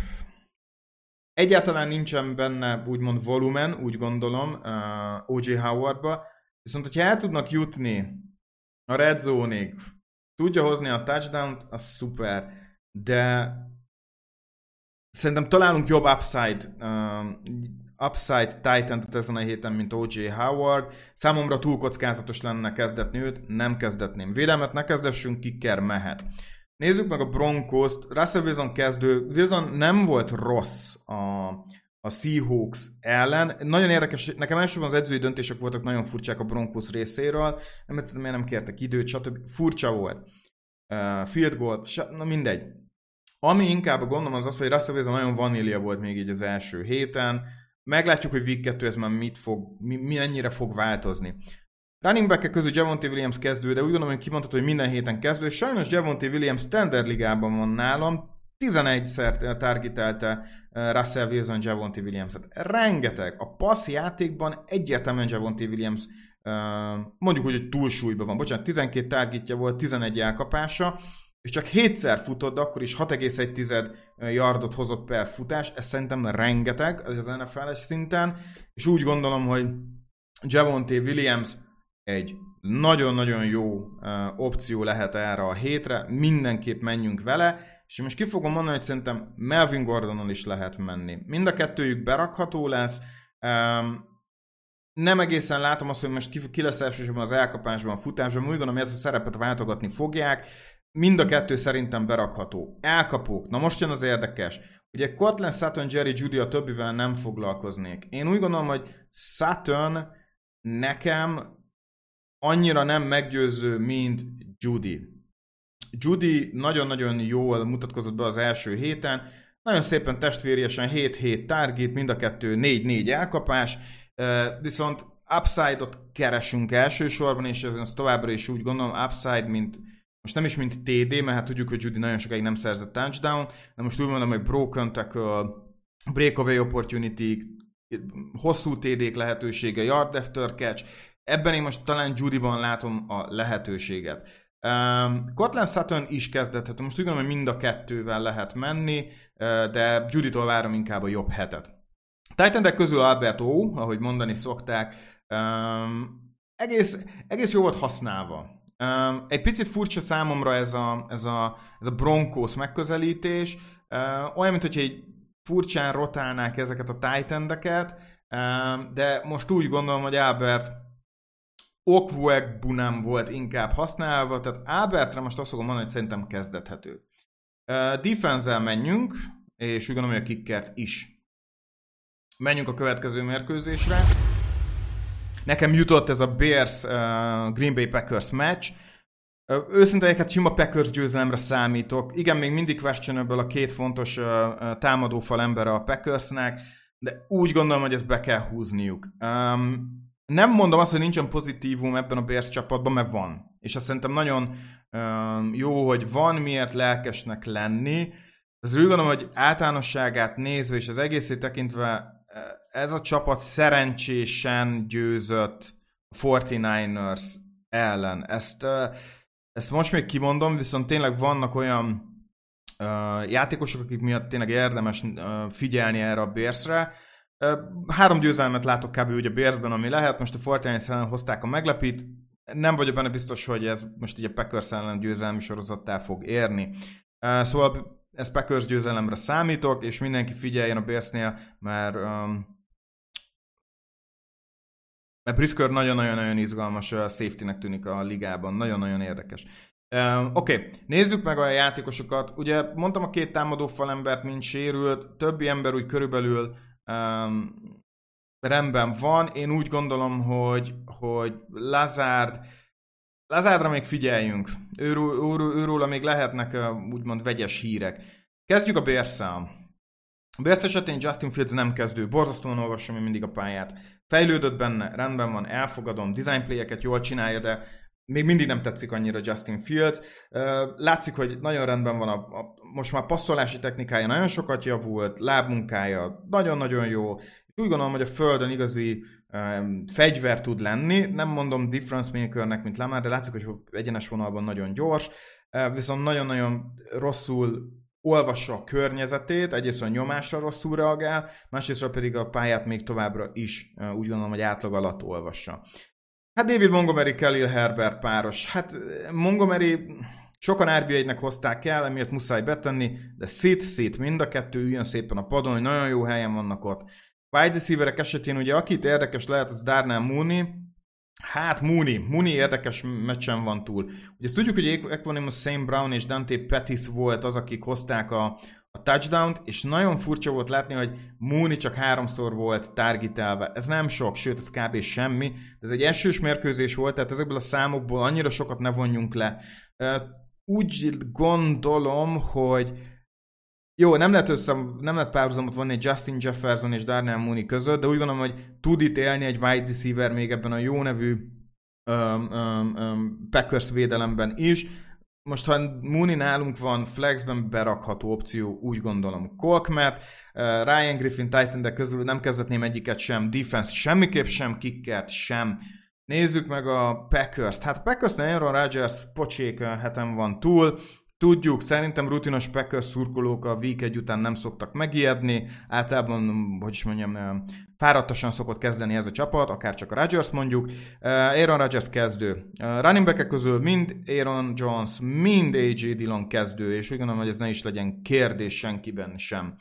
Egyáltalán nincsen benne úgymond volumen, úgy gondolom, uh, o jé Howardba. Viszont, hogyha el tudnak jutni a red zone-ig, tudja hozni a touchdown-t, az szuper. De szerintem találunk jobb upside, um, upside Titan-t ezen a héten, mint o jé Howard. Számomra túl kockázatos lenne kezdetni őt, nem kezdetném. Védelmet ne kezdessünk, kicker mehet. Nézzük meg a Broncos-t. Russell Wilson kezdő. Wilson nem volt rossz a, a Seahawks ellen. Nagyon érdekes, nekem elsősorban az edzői döntések voltak nagyon furcsák a Broncos részéről. Nem tudom, miért nem kértek időt, stb. Furcsa volt. Uh, field goal, na mindegy. Ami inkább a gondom az az, hogy Russell Wilson nagyon vanília volt még így az első héten. Meglátjuk, hogy week kettő ez már mit fog, mi, mennyire fog változni. Running back-ek közül Javonte Williams kezdő, de úgy gondolom, hogy kimondható, hogy minden héten kezdő, és sajnos Javonte Williams standard ligában van nálam, tizenegyszer targetelte Russell Wilson Javonte Williams-et. Rengeteg. A passz játékban egyértelműen Javonte Williams mondjuk úgy, hogy túlsúlyban van. Bocsánat, tizenkét targetje volt, tizenegy elkapása, és csak hétszer futott, de akkor is hat egész egy yardot hozott per futás. Ez szerintem rengeteg, ez az en ef el-es szinten, és úgy gondolom, hogy Javonte Williams egy nagyon-nagyon jó uh, opció lehet erre a hétre, mindenképp menjünk vele, és most ki fogom mondani, hogy szerintem Melvin Gordonnal is lehet menni. Mind a kettőjük berakható lesz, um, nem egészen látom azt, hogy most ki, ki lesz elsősorban az elkapásban, a futásban, úgy gondolom, hogy ezt a szerepet váltogatni fogják, mind a kettő szerintem berakható. Elkapók, na most jön az érdekes. Ugye Cortland Sutton, Jerry Jeudy a többivel nem foglalkoznék. Én úgy gondolom, hogy Sutton nekem annyira nem meggyőző, mint Jeudy. Jeudy nagyon-nagyon jól mutatkozott be az első héten, nagyon szépen testvériesen hét-hét target, mind a kettő négy-négy elkapás, viszont upside-ot keresünk elsősorban, és ez továbbra is úgy gondolom, upside, mint most nem is mint té dé, mert hát tudjuk, hogy Jeudy nagyon sokáig nem szerzett touchdown, de most úgy mondom, hogy broken tackle, breakaway opportunity, hosszú té dék lehetősége, yard after catch, ebben én most talán Jeudyban látom a lehetőséget. Um, Cortland Sutton is kezdethető, most úgy gondolom, hogy mind a kettővel lehet menni, uh, de Jeudytól várom inkább a jobb hetet. Titan-ek közül Albert O, ahogy mondani szokták, um, egész, egész jó volt használva. Um, egy picit furcsa számomra ez a, ez a, ez a Broncos megközelítés, uh, olyan, mint hogyha egy furcsán rotálnák ezeket a Titan-eket, um, de most úgy gondolom, hogy Albert Okwuegbunam volt inkább használva, tehát Albertre most azt fogom mondani, hogy szerintem kezdethető. Uh, Defense-el menjünk, és úgy gondolom, hogy a kickert is. Menjünk a következő mérkőzésre. Nekem jutott ez a Bears uh, Green Bay Packers meccs. Őszintén, hát sima Packers győzelemre számítok. Igen, még mindig questionable a két fontos uh, támadófal embere a Packersnek, de úgy gondolom, hogy ezt be kell húzniuk. Um, nem mondom azt, hogy nincsen pozitívum ebben a Bears csapatban, mert van. És azt szerintem nagyon um, jó, hogy van miért lelkesnek lenni. Ez úgy gondolom, hogy általánosságát nézve és az egészét tekintve ez a csapat szerencsésen győzött a negyvenkilencesek ellen. Ezt, ezt most még kimondom, viszont tényleg vannak olyan uh, játékosok, akik miatt tényleg érdemes uh, figyelni erre a Bearsre. Uh, három győzelmet látok kb. Úgy a Bearsben, ami lehet. Most a negyvenkilencesek ellen hozták a meglepít. Nem vagyok benne biztos, hogy ez most így a Packers ellen győzelmi sorozattá fog érni. Uh, szóval ez Packers győzelemre számítok, és mindenki figyeljen a Bearsnél, mert, um, mert Brisker nagyon-nagyon-nagyon izgalmas uh, safety-nek tűnik a ligában. Nagyon-nagyon érdekes. Um, Oké, okay. Nézzük meg a játékosokat. Ugye mondtam, a két támadó falembert mind sérült, többi ember úgy körülbelül um, rendben van. Én úgy gondolom, hogy, hogy Lazard Lazardra még figyeljünk. Őről, őről, őróla még lehetnek uh, úgymond vegyes hírek. Kezdjük a Bears-szel. A Bears esetén Justin Fields nem kezdő. Borzasztóan olvasom én mindig a pályát. Fejlődött benne, rendben van, elfogadom. Design play-eket jól csinálja, de még mindig nem tetszik annyira Justin Fields. Uh, látszik, hogy nagyon rendben van. A, a, most már passzolási technikája nagyon sokat javult, lábmunkája nagyon-nagyon jó. Úgy gondolom, hogy a földön igazi um, fegyver tud lenni. Nem mondom difference makernek, mint Lamar, de látszik, hogy egyenes vonalban nagyon gyors. Uh, viszont nagyon-nagyon rosszul olvassa a környezetét, egyrészt a nyomásra rosszul reagál, másrészt pedig a pályát még továbbra is uh, úgy gondolom, hogy átlag alatt olvassa. Hát David Montgomery, Khalil Herbert páros. Hát Montgomery sokan er bé egy-nek hozták el, emiatt muszáj betenni, de szét-szét mind a kettő, üljön szépen a padon, hogy nagyon jó helyen vannak ott. Wide receiverek esetén ugye akit érdekes lehet, az Darnell Mooney. Hát Mooney, Mooney érdekes meccsen van túl. Ugye ezt tudjuk, hogy Equanimus Saint Brown és Dante Pettis volt az, akik hozták a, a touchdown-t, és nagyon furcsa volt látni, hogy Mooney csak háromszor volt targetelve. Ez nem sok, sőt ez kb. Semmi. Ez egy esős mérkőzés volt, tehát ezekből a számokból annyira sokat ne vonjunk le. Úgy gondolom, hogy jó, nem lehet, össze, nem lehet párhuzamot vonni egy Justin Jefferson és Darnell Mooney között, de úgy gondolom, hogy tud itt élni egy wide receiver még ebben a jó nevű um, um, um, Packers védelemben is. Most, ha Mooney nálunk van, flexben berakható opció, úgy gondolom. Colkmet, uh, Ryan Griffin, Titan közül nem kezdetném egyiket sem, defense semmiképp sem, kickert sem. Nézzük meg a Packers-t. Hát a Packers-nél Aaron Rodgers pocsék heten van túl. Tudjuk, szerintem rutinos Packers szurkolók a week egy után nem szoktak megijedni, általában, hogy is mondjam, fáradtasan szokott kezdeni ez a csapat, akár csak a Rodgers mondjuk. Aaron Rodgers kezdő. Running back-ek közül mind Aaron Jones, mind á jé Dillon kezdő, és úgy gondolom, hogy ez ne is legyen kérdés senkiben sem.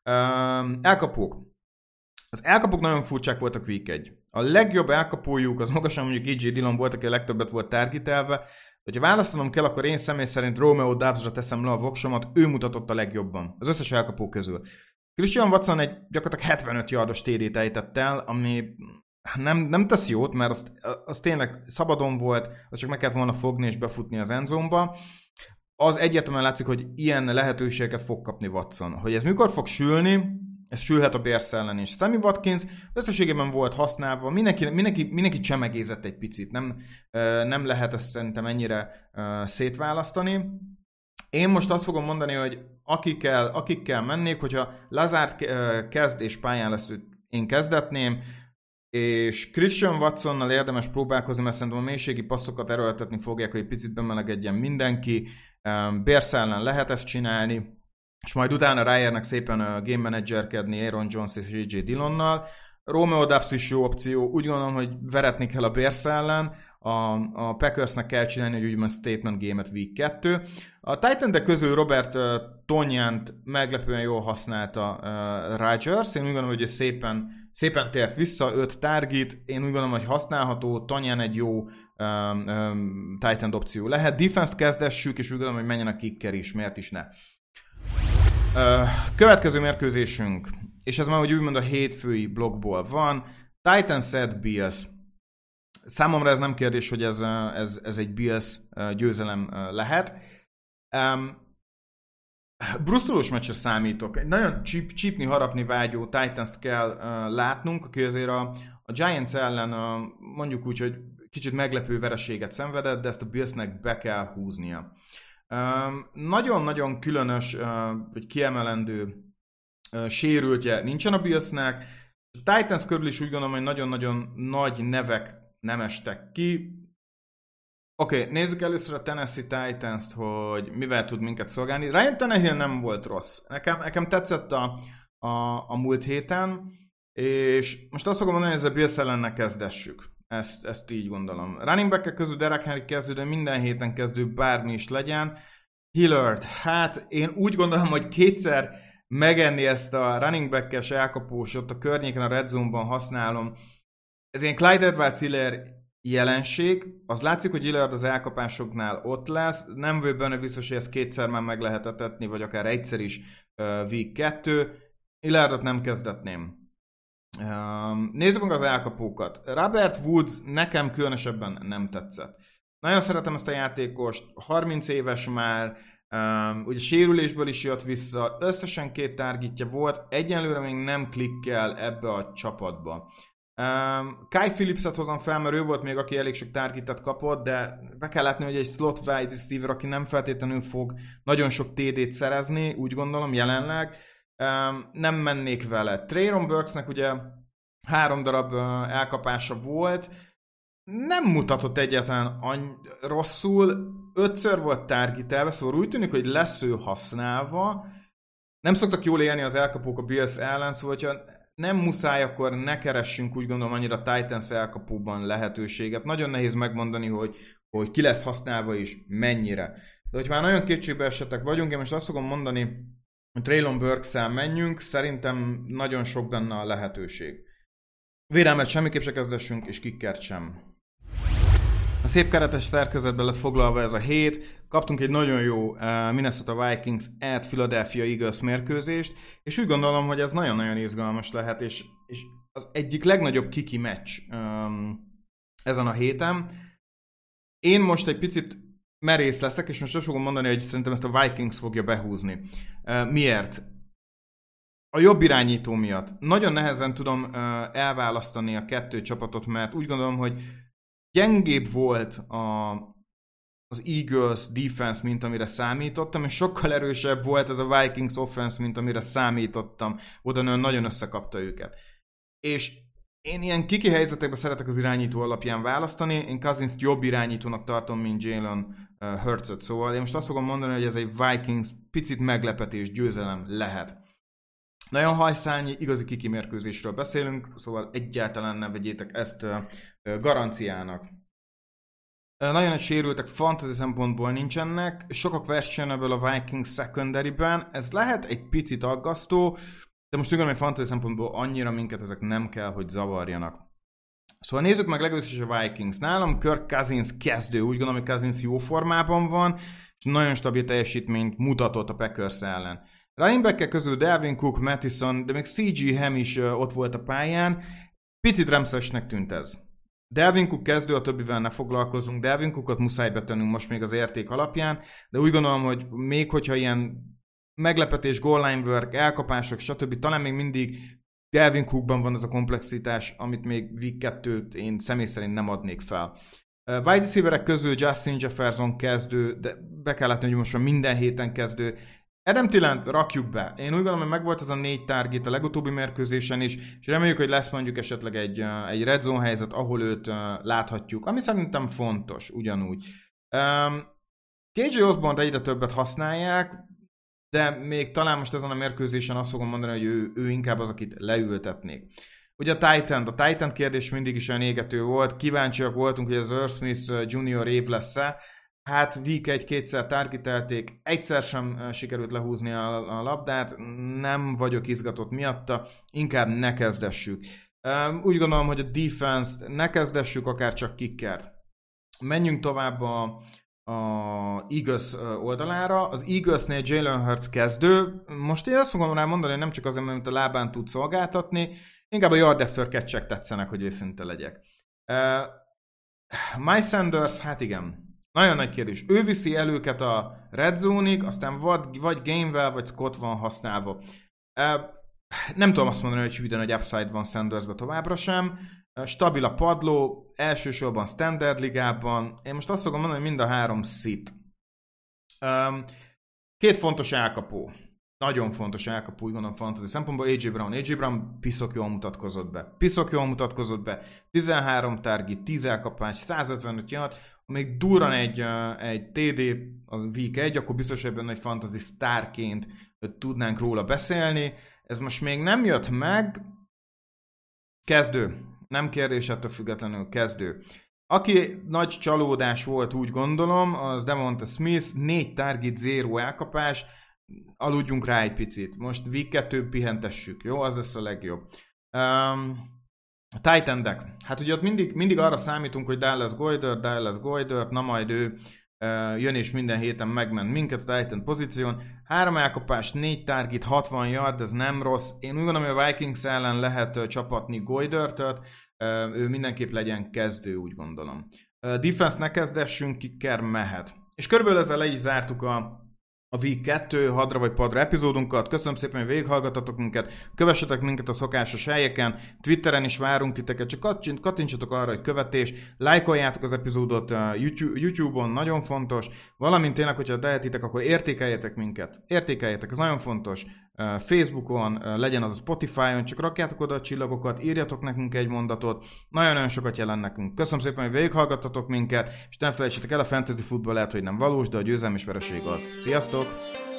Elkapók. Az elkapók nagyon furcsák voltak week egy. A legjobb elkapójuk az magasan mondjuk á jé Dillon volt, aki a legtöbbet volt targetelve. Hogyha választanom kell, akkor én személy szerint Romeo Doubsra teszem le a voksomat, ő mutatott a legjobban, az összes elkapó közül. Christian Watson egy gyakorlatilag hetvenöt yardos té dét ejtett el, ami nem, nem tesz jót, mert az, az tényleg szabadon volt, az csak meg kellett volna fogni és befutni az endzone-ba. Az egyértelműen látszik, hogy ilyen lehetőségeket fog kapni Watson. Hogy ez mikor fog sülni, ez sülhet a Bears ellen is. Sammy Watkins összességében volt használva, mindenki, mindenki, mindenki csemegézett egy picit, nem, nem lehet ezt szerintem ennyire szétválasztani. Én most azt fogom mondani, hogy akikkel, akikkel mennék, hogyha Lazard kezd és pályán lesz, én kezdetném, és Christian Watsonnal érdemes próbálkozni, mert szerintem a mélységi passzokat erőltetni fogják, hogy egy picit bemelegedjen mindenki. Bears ellen lehet ezt csinálni, és majd utána ráérnek szépen a game managerkedni Aaron Jones és á jé Dillonnal. Romeo Doubs is jó opció, úgy gondolom, hogy veretni kell a Bears ellen, a, a Packersnek kell csinálni, hogy úgymond statement game-et week kettő. A Titan-ek közül Robert uh, Tonjant meglepően jól használta uh, Rodgers, én úgy gondolom, hogy szépen, szépen tért vissza, öt target, én úgy gondolom, hogy használható, Tonjan egy jó um, um, Titan opció lehet. Defense-t kezdessük, és úgy gondolom, hogy menjen a kicker is, miért is ne. Uh, következő mérkőzésünk, és ez már úgy úgymond a hétfői blokkból van, Titans at Bills. Számomra ez nem kérdés, hogy ez, ez, ez egy Bills győzelem lehet. Um, Brusztulós meccsre számítok. Egy nagyon csíp, csípni, harapni vágyó Titans-t kell uh, látnunk, aki azért a, a Giants ellen uh, mondjuk úgy, hogy kicsit meglepő vereséget szenvedett, de ezt a Billsnek be kell húznia. Um, nagyon-nagyon különös, uh, vagy kiemelendő uh, sérültje nincsen a Billsnek. A Titans körül is úgy gondolom, hogy nagyon-nagyon nagy nevek nem estek ki. Oké, okay, nézzük először a Tennessee Titans-t, hogy mivel tud minket szolgálni. Ryan Tannehill nem volt rossz. Nekem, nekem tetszett a, a, a múlt héten, és most azt fogom mondani, hogy ezzel Bills ellen kezdessük. Ezt, ezt így gondolom. Running back-ek közül Derek Henry kezdő, de minden héten kezdő bármi is legyen. Hillard, hát én úgy gondolom, hogy kétszer megenni ezt a running back-es elkapós, ott a környéken a red zone-ban használom. Ez ilyen Clyde Edwards-Hiller jelenség, az látszik, hogy Hillard az elkapásoknál ott lesz, nem vagyok benne biztos, hogy ezt kétszer már meg lehet etetni, vagy akár egyszer is uh, week kettő. Hillardot nem kezdetném. Um, nézzük meg az elkapókat. Robert Woods nekem különösebben nem tetszett. Nagyon szeretem ezt a játékost, harminc éves már, um, ugye sérülésből is jött vissza, összesen két targetja volt, egyenlőre még nem klikkel ebbe a csapatba. Um, Kai Phillipset hozom fel, mert ő volt még, aki elég sok targetet kapott, de be kell látni, hogy egy slot wide receiver, aki nem feltétlenül fog nagyon sok té dét szerezni, úgy gondolom jelenleg, um, nem mennék vele. Treylon Burksnek ugye három darab uh, elkapása volt, nem mutatott egyáltalán any- rosszul, ötször volt targetelve, szóval úgy tűnik, hogy lesz ő használva. Nem szoktak jól élni az elkapók a Bills ellen, szóval hogyha nem muszáj, akkor ne keressünk úgy gondolom annyira Titans elkapóban lehetőséget. Nagyon nehéz megmondani, hogy, hogy ki lesz használva és mennyire. De hogy már nagyon kétségbe esetek vagyunk, én most azt fogom mondani, hogy Treylon Burks-szel menjünk, szerintem nagyon sok benne a lehetőség. Védelmet semmiképp se kezdessünk, és kickert sem. A szép keretes szerkezetben lett foglalva ez a hét, kaptunk egy nagyon jó uh, Minnesota Vikings at Philadelphia Eagles mérkőzést, és úgy gondolom, hogy ez nagyon-nagyon izgalmas lehet, és, és az egyik legnagyobb kiki meccs um, ezen a héten. Én most egy picit merész leszek, és most azt fogom mondani, hogy szerintem ezt a Vikings fogja behúzni. Uh, miért? A jobb irányító miatt. Nagyon nehezen tudom uh, elválasztani a kettő csapatot, mert úgy gondolom, hogy gyengébb volt a, az Eagles defense, mint amire számítottam, és sokkal erősebb volt ez a Vikings offense, mint amire számítottam. Oda nagyon összekapta őket. És én ilyen kiki helyzetekben szeretek az irányító alapján választani, én Cousins-t jobb irányítónak tartom, mint Jalen uh, Hurts-ot, szóval én most azt fogom mondani, hogy ez egy Vikings picit meglepetés, győzelem lehet. Nagyon hajszányi, igazi kiki mérkőzésről beszélünk, szóval egyáltalán ne vegyétek ezt uh, garanciának. Uh, nagyon nagy sérültek fantasy szempontból nincsenek, sokak questionable a Vikings secondary-ben, ez lehet egy picit aggasztó, de most tudom, hogy fantasy szempontból annyira minket ezek nem kell, hogy zavarjanak. Szóval nézzük meg legelőször is a Vikings. Nálam Kirk Cousins kezdő, úgy gondolom, hogy Cousins jó formában van, és nagyon stabil teljesítményt mutatott a Packers ellen. Running back-ek közül Dalvin Cook, Mattison, de még cé gé Ham is ott volt a pályán. Picit remszesnek tűnt ez. Dalvin Cook kezdő, a többivel ne foglalkozunk. Dalvin Cookot muszáj betennünk most még az érték alapján, de úgy gondolom, hogy még hogyha ilyen meglepetés, goal line work, elkapások, stb. Talán még mindig Dalvin Cookban van az a komplexitás, amit még week kettőt én személy szerint nem adnék fel. Wide receiverek közül Justin Jefferson kezdő, de be kell látni, hogy most már minden héten kezdő. Adam Thielen rakjuk be. Én úgy gondolom, hogy megvolt az a négy target a legutóbbi mérkőzésen is, és reméljük, hogy lesz mondjuk esetleg egy, egy red zone helyzet, ahol őt láthatjuk, ami szerintem fontos, ugyanúgy. Um, ká jé Osborne-t egyre többet használják, de még talán most ezen a mérkőzésen azt fogom mondani, hogy ő, ő inkább az, akit leültetnék. Ugye a Titan, a Titan kérdés mindig is olyan égető volt, kíváncsiak voltunk, hogy az Irv Smith junior év lesz-e. Hát week egy-kétszer targetelték, egyszer sem sikerült lehúzni a, a labdát, nem vagyok izgatott miatta, inkább ne kezdessük. Úgy gondolom, hogy a defense-t ne kezdessük, akár csak kickert. Menjünk tovább a, a Eagles oldalára. Az Eaglesnél Jalen Hurts kezdő. Most én azt fogom rá mondani, hogy nem csak azért, mert a lábán tud szolgáltatni, inkább a yard after catch-ek tetszenek, hogy őszinte legyek. Miles Sanders, hát igen. Nagyon nagy kérdés. Ő viszi el őket a Red Zone-ig, aztán vagy, vagy Gainwell, vagy Scott van használva. Nem tudom azt mondani, hogy hűden nagy upside van Sandersbe továbbra sem. Stabil a padló, elsősorban standard ligában. Én most azt fogom mondani, hogy mind a három szit. Két fontos elkapó. Nagyon fontos elkapó, úgy gondolom fantasy szempontból, á jé Brown. á jé Brown piszok jól mutatkozott be. Piszok jól mutatkozott be. tizenhárom target, tíz elkapás, százötvenöt yard. Ha még durran egy, egy té dé, az week egy, akkor biztos, hogy benne egy fantasy sztárként tudnánk róla beszélni. Ez most még nem jött meg. Kezdő. Nem kérdés, ettől függetlenül kezdő. Aki nagy csalódás volt, úgy gondolom, az Devonta Smith, négy target, zéro elkapás. Aludjunk rá egy picit. Most week kettő pihentessük, jó? Az lesz a legjobb. Um, a tight endek. Hát ugye ott mindig, mindig arra számítunk, hogy Dallas Goedert, Dallas Goedert, na majd ő uh, jön és minden héten megment minket a tight end pozíción. Három elkapás, négy target, hatvan yard, ez nem rossz. Én úgy gondolom, hogy a Vikings ellen lehet uh, csapatni Goedertet, uh, ő mindenképp legyen kezdő, úgy gondolom. Uh, defense ne kezdessünk, kicker mehet. És körülbelül ezzel le is zártuk a a week kettő hadra vagy padra epizódunkat. Köszönöm szépen, hogy végighallgatatok minket. Kövessetek minket a szokásos helyeken. Twitteren is várunk titeket, csak kattintsatok arra, hogy követés. Lájkoljátok az epizódot YouTube-on, nagyon fontos. Valamint tényleg, hogyha tehetitek, akkor értékeljetek minket. Értékeljetek, ez nagyon fontos. Facebookon, legyen az a Spotify-on, csak rakjátok oda a csillagokat, írjatok nekünk egy mondatot. Nagyon-nagyon sokat jelent nekünk. Köszönöm szépen, hogy végighallgatatok minket, és nem felejtsétek el, a fantasy futball lehet, hogy nem valós, de a győzelem és vereség az. Sziasztok!